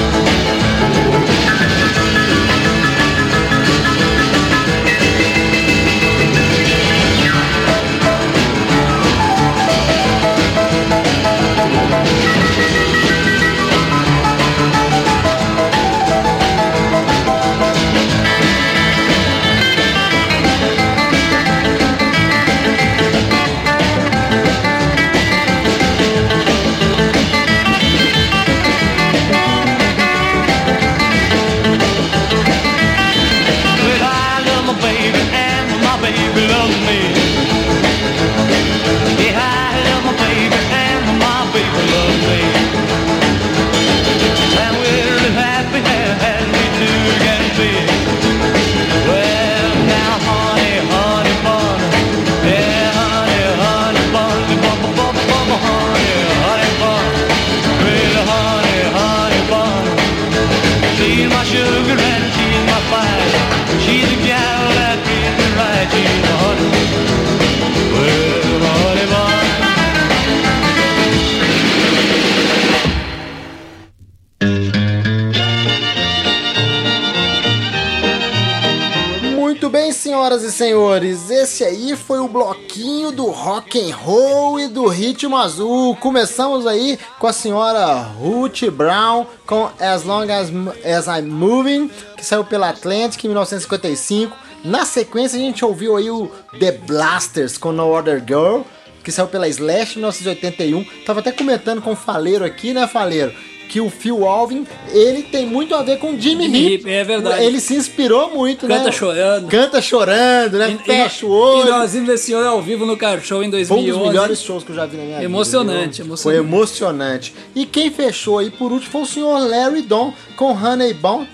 Senhoras e senhores, esse aí foi o bloquinho do rock and roll e do ritmo azul. Começamos aí com a senhora Ruth Brown com As Long As I'm Moving, que saiu pela Atlantic em 1955. Na sequência a gente ouviu aí o The Blasters com No Other Girl, que saiu pela Slash em 1981. Tava até comentando com o Faleiro aqui, né, Faleiro? Que o Phil Alvin, ele tem muito a ver com Jimmy Hip.
É verdade.
Ele se inspirou muito,
Canta
né?
chorando.
Canta chorando, né? Fecha o olho.
E nós vimos esse senhor ao vivo no Car Show em 2011.
Foi um dos melhores shows que eu já vi na minha
emocionante,
vida.
Emocionante.
Foi emocionante. E quem fechou aí por último foi o senhor Larry Dawn com Honey Bun,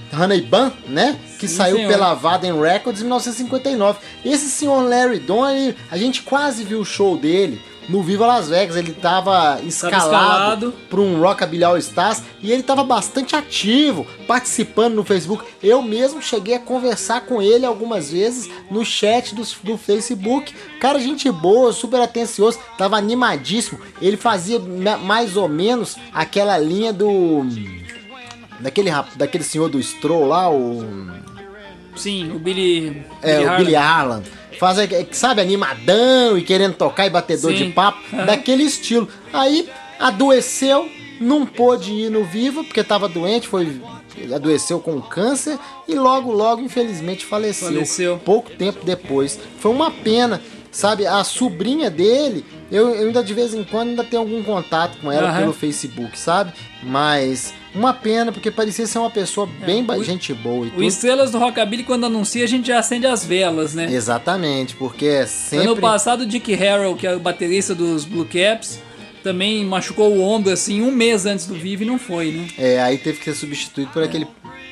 né? Que saiu
senhor.
pela Vaden Records em 1959. Esse senhor Larry Dawn, a gente quase viu o show dele no Viva Las Vegas. Ele tava escalado para um Rockabilly All Stars e ele tava bastante ativo, participando no Facebook. Eu mesmo cheguei a conversar com ele algumas vezes no chat do Facebook. Cara, gente boa, super atencioso, tava animadíssimo. Ele fazia mais ou menos aquela linha daquele senhor do Stroll lá,
Sim, o Billy
o Billy Harlan. Faz, sabe, animadão e querendo tocar e batedor de papo, daquele estilo. Aí adoeceu, não pôde ir no Viva porque estava doente, adoeceu com câncer e logo, infelizmente, faleceu. Pouco tempo depois. Foi uma pena, sabe? A sobrinha dele, eu ainda de vez em quando ainda tenho algum contato com ela pelo Facebook, sabe? Mas uma pena, porque parecia ser uma pessoa bem gente boa e tudo.
O Estrelas do Rockabilly, quando anuncia, a gente já acende as velas, né?
Exatamente, porque é sempre...
Ano passado, o Dick Harrell, que é o baterista dos Blue Caps, também machucou o ombro, assim, um mês antes do Vive e não foi, né?
Aí teve que ser substituído por aquele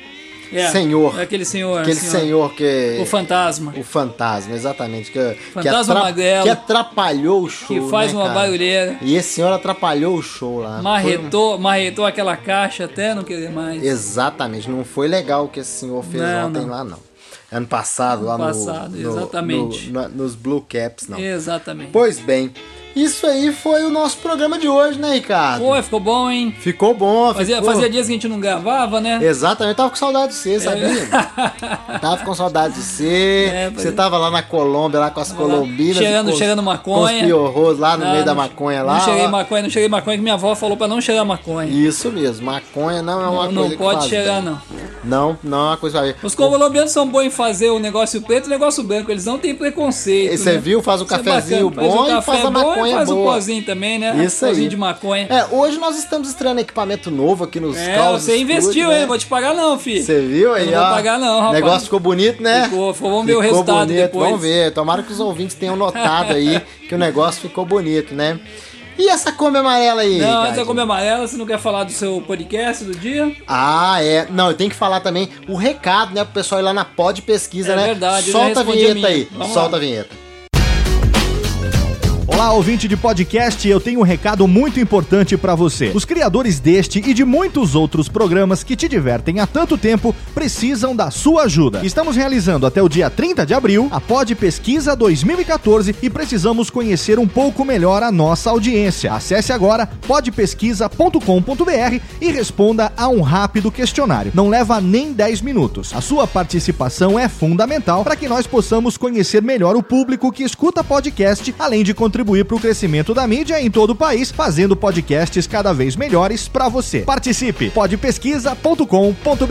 senhor. Aquele senhor.
Aquele senhor que...
O fantasma.
O fantasma, exatamente.
Magrelo.
Que atrapalhou o show,
que faz uma barulheira.
E esse senhor atrapalhou o show lá.
Marretou aquela caixa até não querer mais.
Exatamente. Não foi legal o que esse senhor fez ontem lá, não. Ano passado, lá
exatamente.
Nos Blue Caps, não.
Exatamente.
Pois bem, isso aí foi o nosso programa de hoje, né, Ricardo?
Pô, ficou bom, hein?
Ficou bom.
Fazia dias que a gente não gravava, né?
Exatamente, eu tava com saudade de você, sabia? Tava com saudade de você. Você tava lá na Colômbia, lá com as colombinas.
Cheirando maconha.
Com os piorros lá no meio da maconha lá.
Não cheirei maconha, que minha avó falou pra não cheirar maconha.
Isso mesmo, maconha não é uma coisa que
não pode cheirar, não.
Não é uma coisa pra ver.
Os colombianos são bons em fazer o negócio preto e o negócio branco, eles não têm preconceito.
E você viu, faz o cafezinho bom e faz a maconha
faz
boa.
O pozinho também, né?
Isso aí.
Pozinho de maconha.
Hoje nós estamos estreando equipamento novo aqui nos Caos
você investiu,
né?
hein? Vou te pagar não, filho.
Você viu aí,
não
ó.
vou pagar não, rapaz.
O negócio ficou bonito, né?
Ficou, vamos ver o resultado
bonito,
depois.
Vamos ver. Tomara que os ouvintes tenham notado aí que o negócio ficou bonito, né? E essa Kombi amarela aí?
Não, antes da Kombi amarela, você não quer falar do seu podcast do dia?
Não, eu tenho que falar também o recado, né, pro pessoal ir lá na Pod Pesquisa, né?
É verdade.
Solta a vinheta aí. Solta a vinheta.
Olá, ouvinte de podcast, eu tenho um recado muito importante pra você. Os criadores deste e de muitos outros programas que te divertem há tanto tempo precisam da sua ajuda. Estamos realizando até o dia 30 de abril a Pod Pesquisa 2014 e precisamos conhecer um pouco melhor a nossa audiência. Acesse agora podpesquisa.com.br e responda a um rápido questionário. Não leva nem 10 minutos. A sua participação é fundamental para que nós possamos conhecer melhor o público que escuta podcast, além de contribuir para o crescimento da mídia em todo o país, fazendo podcasts cada vez melhores para você. Participe! podpesquisa.com.br.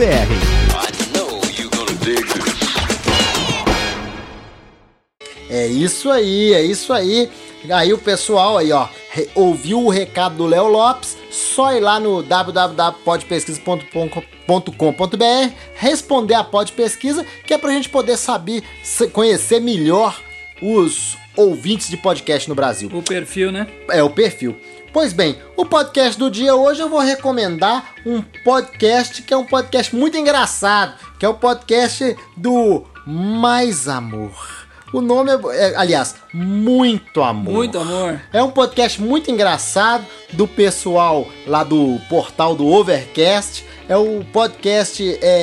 É isso aí, é isso aí. Aí o pessoal aí, ó, ouviu o recado do Léo Lopes, só ir lá no www.podpesquisa.com.br, responder a Pod Pesquisa, que é pra gente poder saber, conhecer melhor os ouvintes de podcast no Brasil.
O perfil, né?
É, o perfil. Pois bem, o podcast do dia hoje eu vou recomendar um podcast que é um podcast muito engraçado, que é o podcast do Mais Amor. O nome aliás, Muito Amor.
Muito Amor.
É um podcast muito engraçado do pessoal lá do portal do Overcast. É o podcast,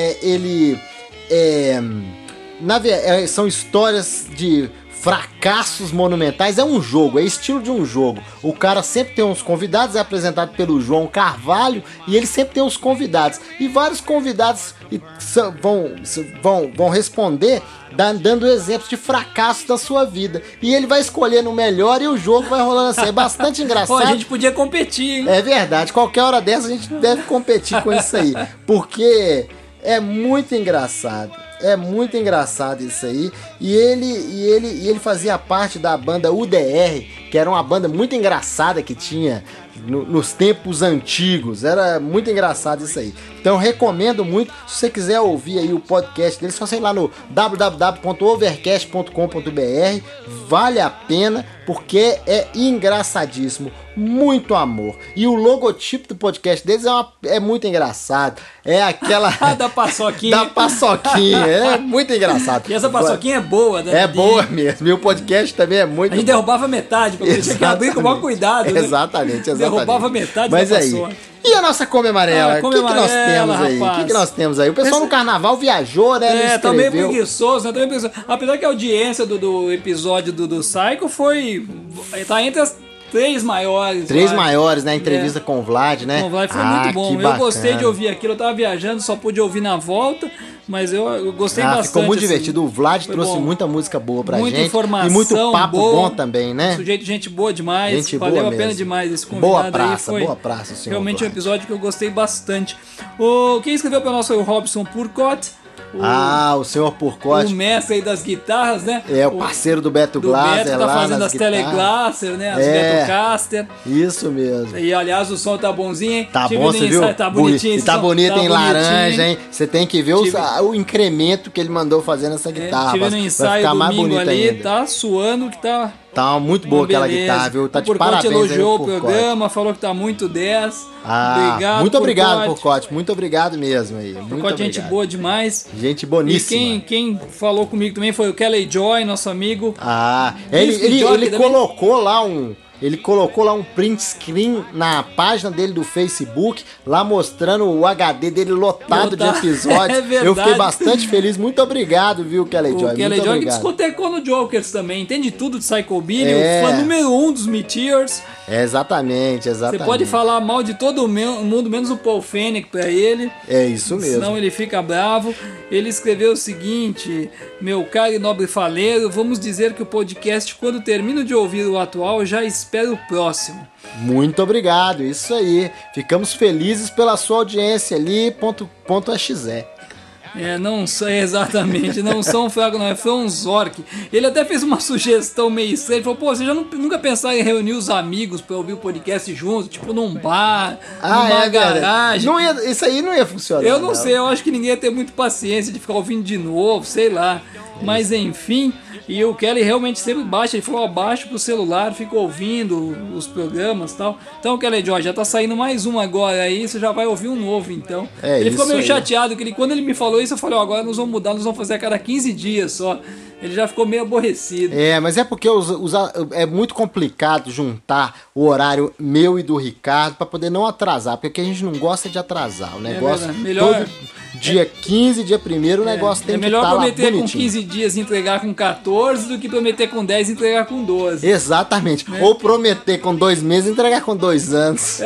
são histórias de fracassos monumentais. É um jogo, é estilo de um jogo. O cara sempre tem uns convidados, é apresentado pelo João Carvalho, e ele sempre tem uns convidados. E vários convidados vão responder dando exemplos de fracassos da sua vida. E ele vai escolhendo o melhor e o jogo vai rolando assim. É bastante engraçado.
Pô, a gente podia competir, hein?
É verdade. Qualquer hora dessa a gente deve competir com isso aí. Porque é muito engraçado. É muito engraçado isso aí. E ele fazia parte da banda UDR, que era uma banda muito engraçada que tinha nos tempos antigos. Era muito engraçado isso aí. Então eu recomendo muito. Se você quiser ouvir aí o podcast dele, só sei lá no www.overcast.com.br. Vale a pena, porque é engraçadíssimo. Muito amor. E o logotipo do podcast deles é muito engraçado. É aquela...
da paçoquinha.
Da paçoquinha. É muito engraçado.
E essa paçoquinha é boa, né?
É boa mesmo. E o podcast também é muito...
A gente derrubava metade, porque tinha que abrir com o maior cuidado, né?
Exatamente.
Derrubava metade
Mas
da
aí,
paçoca.
e a nossa Come Amarela? O que nós temos aí? O que nós temos aí? O pessoal no carnaval viajou, né?
Tá meio preguiçoso, né? Apesar que a audiência do episódio do Psycho tá entre as 3 maiores.
3 maiores, né? Entrevista com o Vlad, né?
Com o Vlad foi muito bom. Eu gostei de ouvir aquilo. Eu tava viajando, só pude ouvir na volta, mas eu gostei bastante.
Ficou muito divertido. O Vlad trouxe muita música boa pra gente. Muita informação. E muito papo bom também, né?
Gente boa demais. Valeu a pena demais esse convidado.
Boa praça, senhor.
Realmente é um episódio que eu gostei bastante. Quem escreveu para nós foi o Robson Purcott.
O senhor Purcott.
O mestre aí das guitarras, né?
É, o parceiro do Beto Glasser.
Beto tá fazendo as Teleglasser, né? As Betocaster.
Isso mesmo.
E aliás, o som tá bonzinho, hein?
Tá bom, você viu?
Tá bonitinho.
E tá bonito em laranja, hein? Você tem que ver o incremento que ele mandou fazer nessa guitarra.
Tive no ensaio domingo ali, tá suando que tá...
Tá muito boa aquela guitarra, viu? Tá de parabéns.
O Purcott elogiou o programa, falou que tá muito 10. Obrigado,
muito obrigado, Purcott. Muito obrigado mesmo aí.
Purcott, gente boa demais.
Gente boníssima.
E quem falou comigo também foi o Kelly Joy, nosso amigo.
Ele colocou lá Ele colocou lá um print screen na página dele do Facebook, lá mostrando o HD dele lotado de episódios. Eu fiquei bastante feliz. Muito obrigado, viu, Kelly Joy?
O Kelly Joy que discotecou no Jokers também. Entende tudo de Psycho Billy, o fã número 1 dos Meteors.
Exatamente.
Você pode falar mal de todo mundo, menos o Paul Fennick pra ele.
É isso mesmo.
Senão ele fica bravo. Ele escreveu o seguinte: meu caro e nobre faleiro, vamos dizer que o podcast, quando termino de ouvir o atual, já espero o próximo.
Muito obrigado, isso aí. Ficamos felizes pela sua audiência ali, .exe.
Não são exatamente, não são fraco, não, foi um Zork. Ele até fez uma sugestão meio estranha. Ele falou: pô, você já nunca pensaram em reunir os amigos pra ouvir o podcast juntos, tipo num bar, numa garagem?
Isso aí não ia funcionar.
Eu não sei, eu acho que ninguém ia ter muito paciência de ficar ouvindo de novo, sei lá. Mas enfim, e o Kelly realmente sempre baixa, ele falou: baixa pro celular, fica ouvindo os programas e tal. Então, Kelly Joy, já tá saindo mais um agora aí, você já vai ouvir um novo então. Ele ficou meio chateado, que quando ele me falou isso, eu falei: agora nós vamos mudar, nós vamos fazer a cada 15 dias só. Ele já ficou meio aborrecido.
É, mas é porque é muito complicado juntar o horário meu e do Ricardo pra poder não atrasar, porque a gente não gosta de atrasar. O negócio,
verdade. Melhor-
todo dia 15, dia 1º, o negócio tem
É
que
melhor
estar lá
prometer com
bonitinho.
15 dias e entregar com 14 do que prometer com 10 e entregar com 12.
Exatamente. Ou prometer com 2 meses e entregar com 2 anos.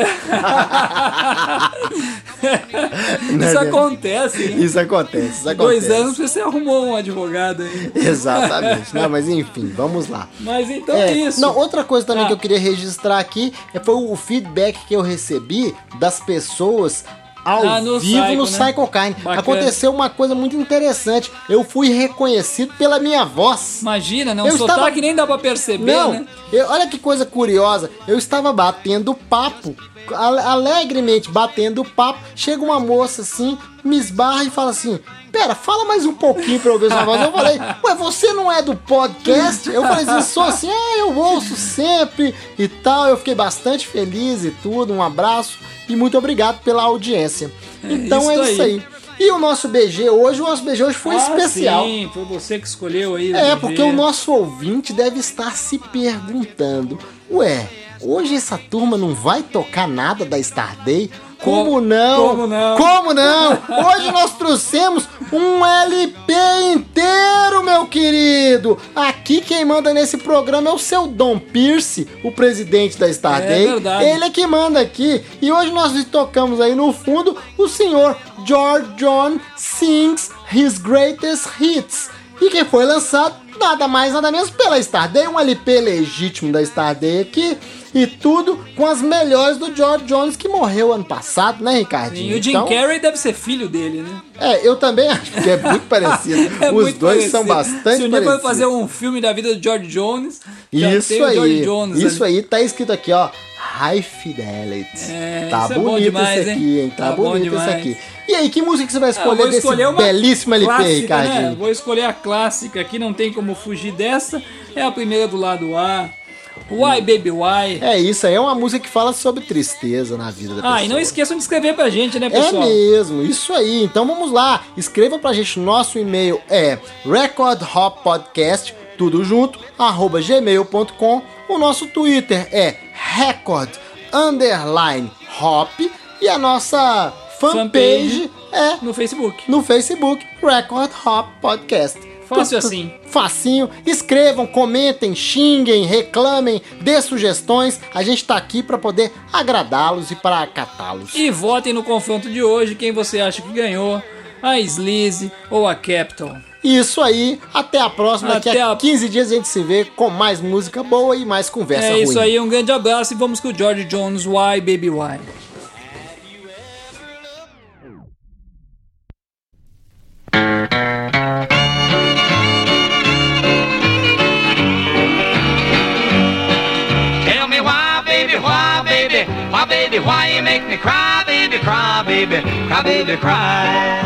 Isso acontece, hein?
Isso acontece.
2 anos você arrumou um advogado aí.
Exatamente. Não, mas enfim, vamos lá.
Mas então é isso.
Não, outra coisa também
Ah.
que eu queria registrar aqui foi o feedback que eu recebi das pessoas ao
no
vivo
Psycho,
no
né?
Psycho Kind.
Bacana.
Aconteceu uma coisa muito interessante. Eu fui reconhecido pela minha voz.
Imagina, né? Um
Eu
sotaque
estava-
nem dá pra perceber,
Não,
né?
olha que coisa curiosa. Eu estava batendo papo, alegremente batendo papo. Chega uma moça assim, me esbarra e fala assim: pera, fala mais um pouquinho pra eu ver sua voz. Eu falei: ué, você não é do podcast? Eu falei assim, sou assim, eu ouço sempre e tal. Eu fiquei bastante feliz e tudo. Um abraço e muito obrigado pela audiência. Então é
isso
isso
aí.
aí. E o nosso BG hoje foi especial.
Sim, foi você que escolheu aí.
É,
BG.
porque o nosso ouvinte deve estar se perguntando: ué, hoje essa turma não vai tocar nada da Starday? Como não?
Como não?
Como não? Hoje nós trouxemos um LP inteiro, meu querido. Aqui quem manda nesse programa é o seu Dom Pierce, o presidente da Starday.
É verdade.
Ele é que manda aqui. E hoje nós tocamos aí no fundo o senhor George John Sings His Greatest Hits. E que foi lançado nada mais nada menos pela Starday, um LP legítimo da Starday aqui. E tudo com as melhores do George Jones, que morreu ano passado, né, Ricardinho?
E o Jim Carrey deve ser filho dele, né?
Eu também acho que é muito parecido.
É
Os
muito
dois
parecido.
são bastante
Se o Nico
parecidos.
vai fazer um filme da vida do George Jones, já
Isso
tem o George
aí,
Jones
isso
ali.
aí, tá escrito aqui, ó, High Fidelity.
isso
Tá
é bom
bonito
demais,
esse aqui, hein? Tá
Tá bom
bonito esse
demais.
aqui. E aí, que música que você vai
Ah,
escolher
vou
desse
escolher uma
belíssimo LP,
clássica,
Ricardinho?
né? Vou escolher a clássica, aqui não tem como fugir dessa. É a primeira do lado A. Why Baby Why.
É isso aí, é uma música que fala sobre tristeza na vida da pessoa.
E não esqueçam de escrever pra gente, né,
É
pessoal?
mesmo, isso aí. Então vamos lá, escreva pra gente. Nosso e-mail é recordhoppodcast, tudo junto, @gmail.com. O nosso Twitter é record_hop e a nossa fanpage é
No Facebook.
no Facebook, Record Hop Podcast.
Fácil assim.
Facinho. Escrevam, comentem, xinguem, reclamem, dê sugestões. A gente tá aqui pra poder agradá-los e para acatá-los.
E votem no confronto de hoje quem você acha que ganhou, a Sleaze ou a Capitol.
Isso aí, até a próxima. Daqui
Até
a
a-
15 dias a gente se vê com mais música boa e mais conversa
É
ruim.
isso aí, um grande abraço e vamos com o George Jones, Why Baby Why.
Tell me why, baby, why, baby, why, baby, why you make me cry, baby, cry, baby, cry, baby, cry.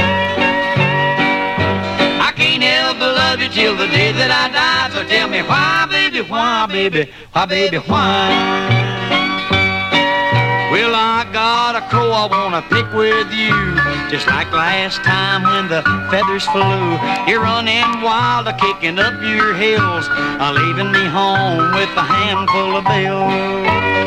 I can't help but love you till the day that I die. So tell me why, baby, why, baby, why, baby, why? Well, I got a crow I wanna pick with you, just like last time when the feathers flew. You're running wild, kicking up your heels, leaving me home with a handful of bills.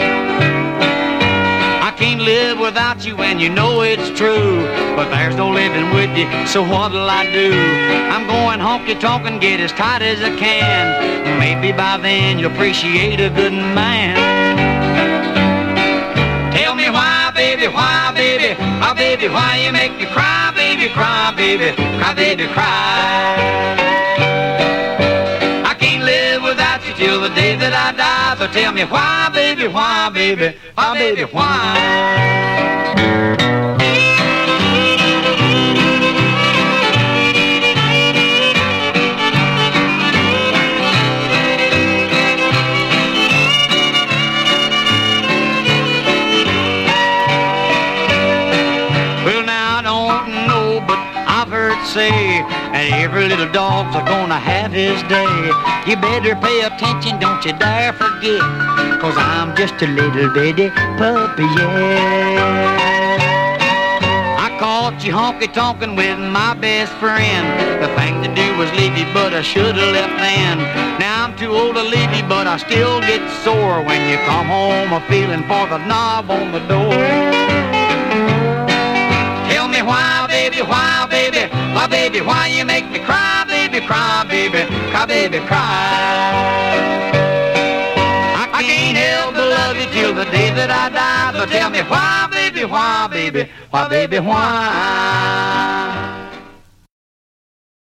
I can't live without you and you know it's true, but there's no living with you, so what'll I do? I'm going honky-tonk and get as tight as I can. Maybe by then you'll appreciate a good man. Tell me why, baby, why, baby, why, baby, why you make me cry, baby, cry, baby, cry, baby, cry. I can't live without you till the day that I die, so tell me why, baby, why, baby, why, baby, why? Well, now I don't know, but I've heard say that every little dog's gonna have his day. You better pay attention, don't you dare forget, 'cause I'm just a little bitty puppy, yeah. I call
caught you honky-tonkin' with my best friend. The thing to do was leave you, but I should've left then. Now I'm too old to leave you, but I still get sore when you come home a feeling for the knob on the door. Tell me why, baby, why, baby, why, baby, why you make me cry, baby, cry, baby, cry, baby, cry. I can't help but love you till the day that I die. But tell me why, baby, why, baby, why, baby, why?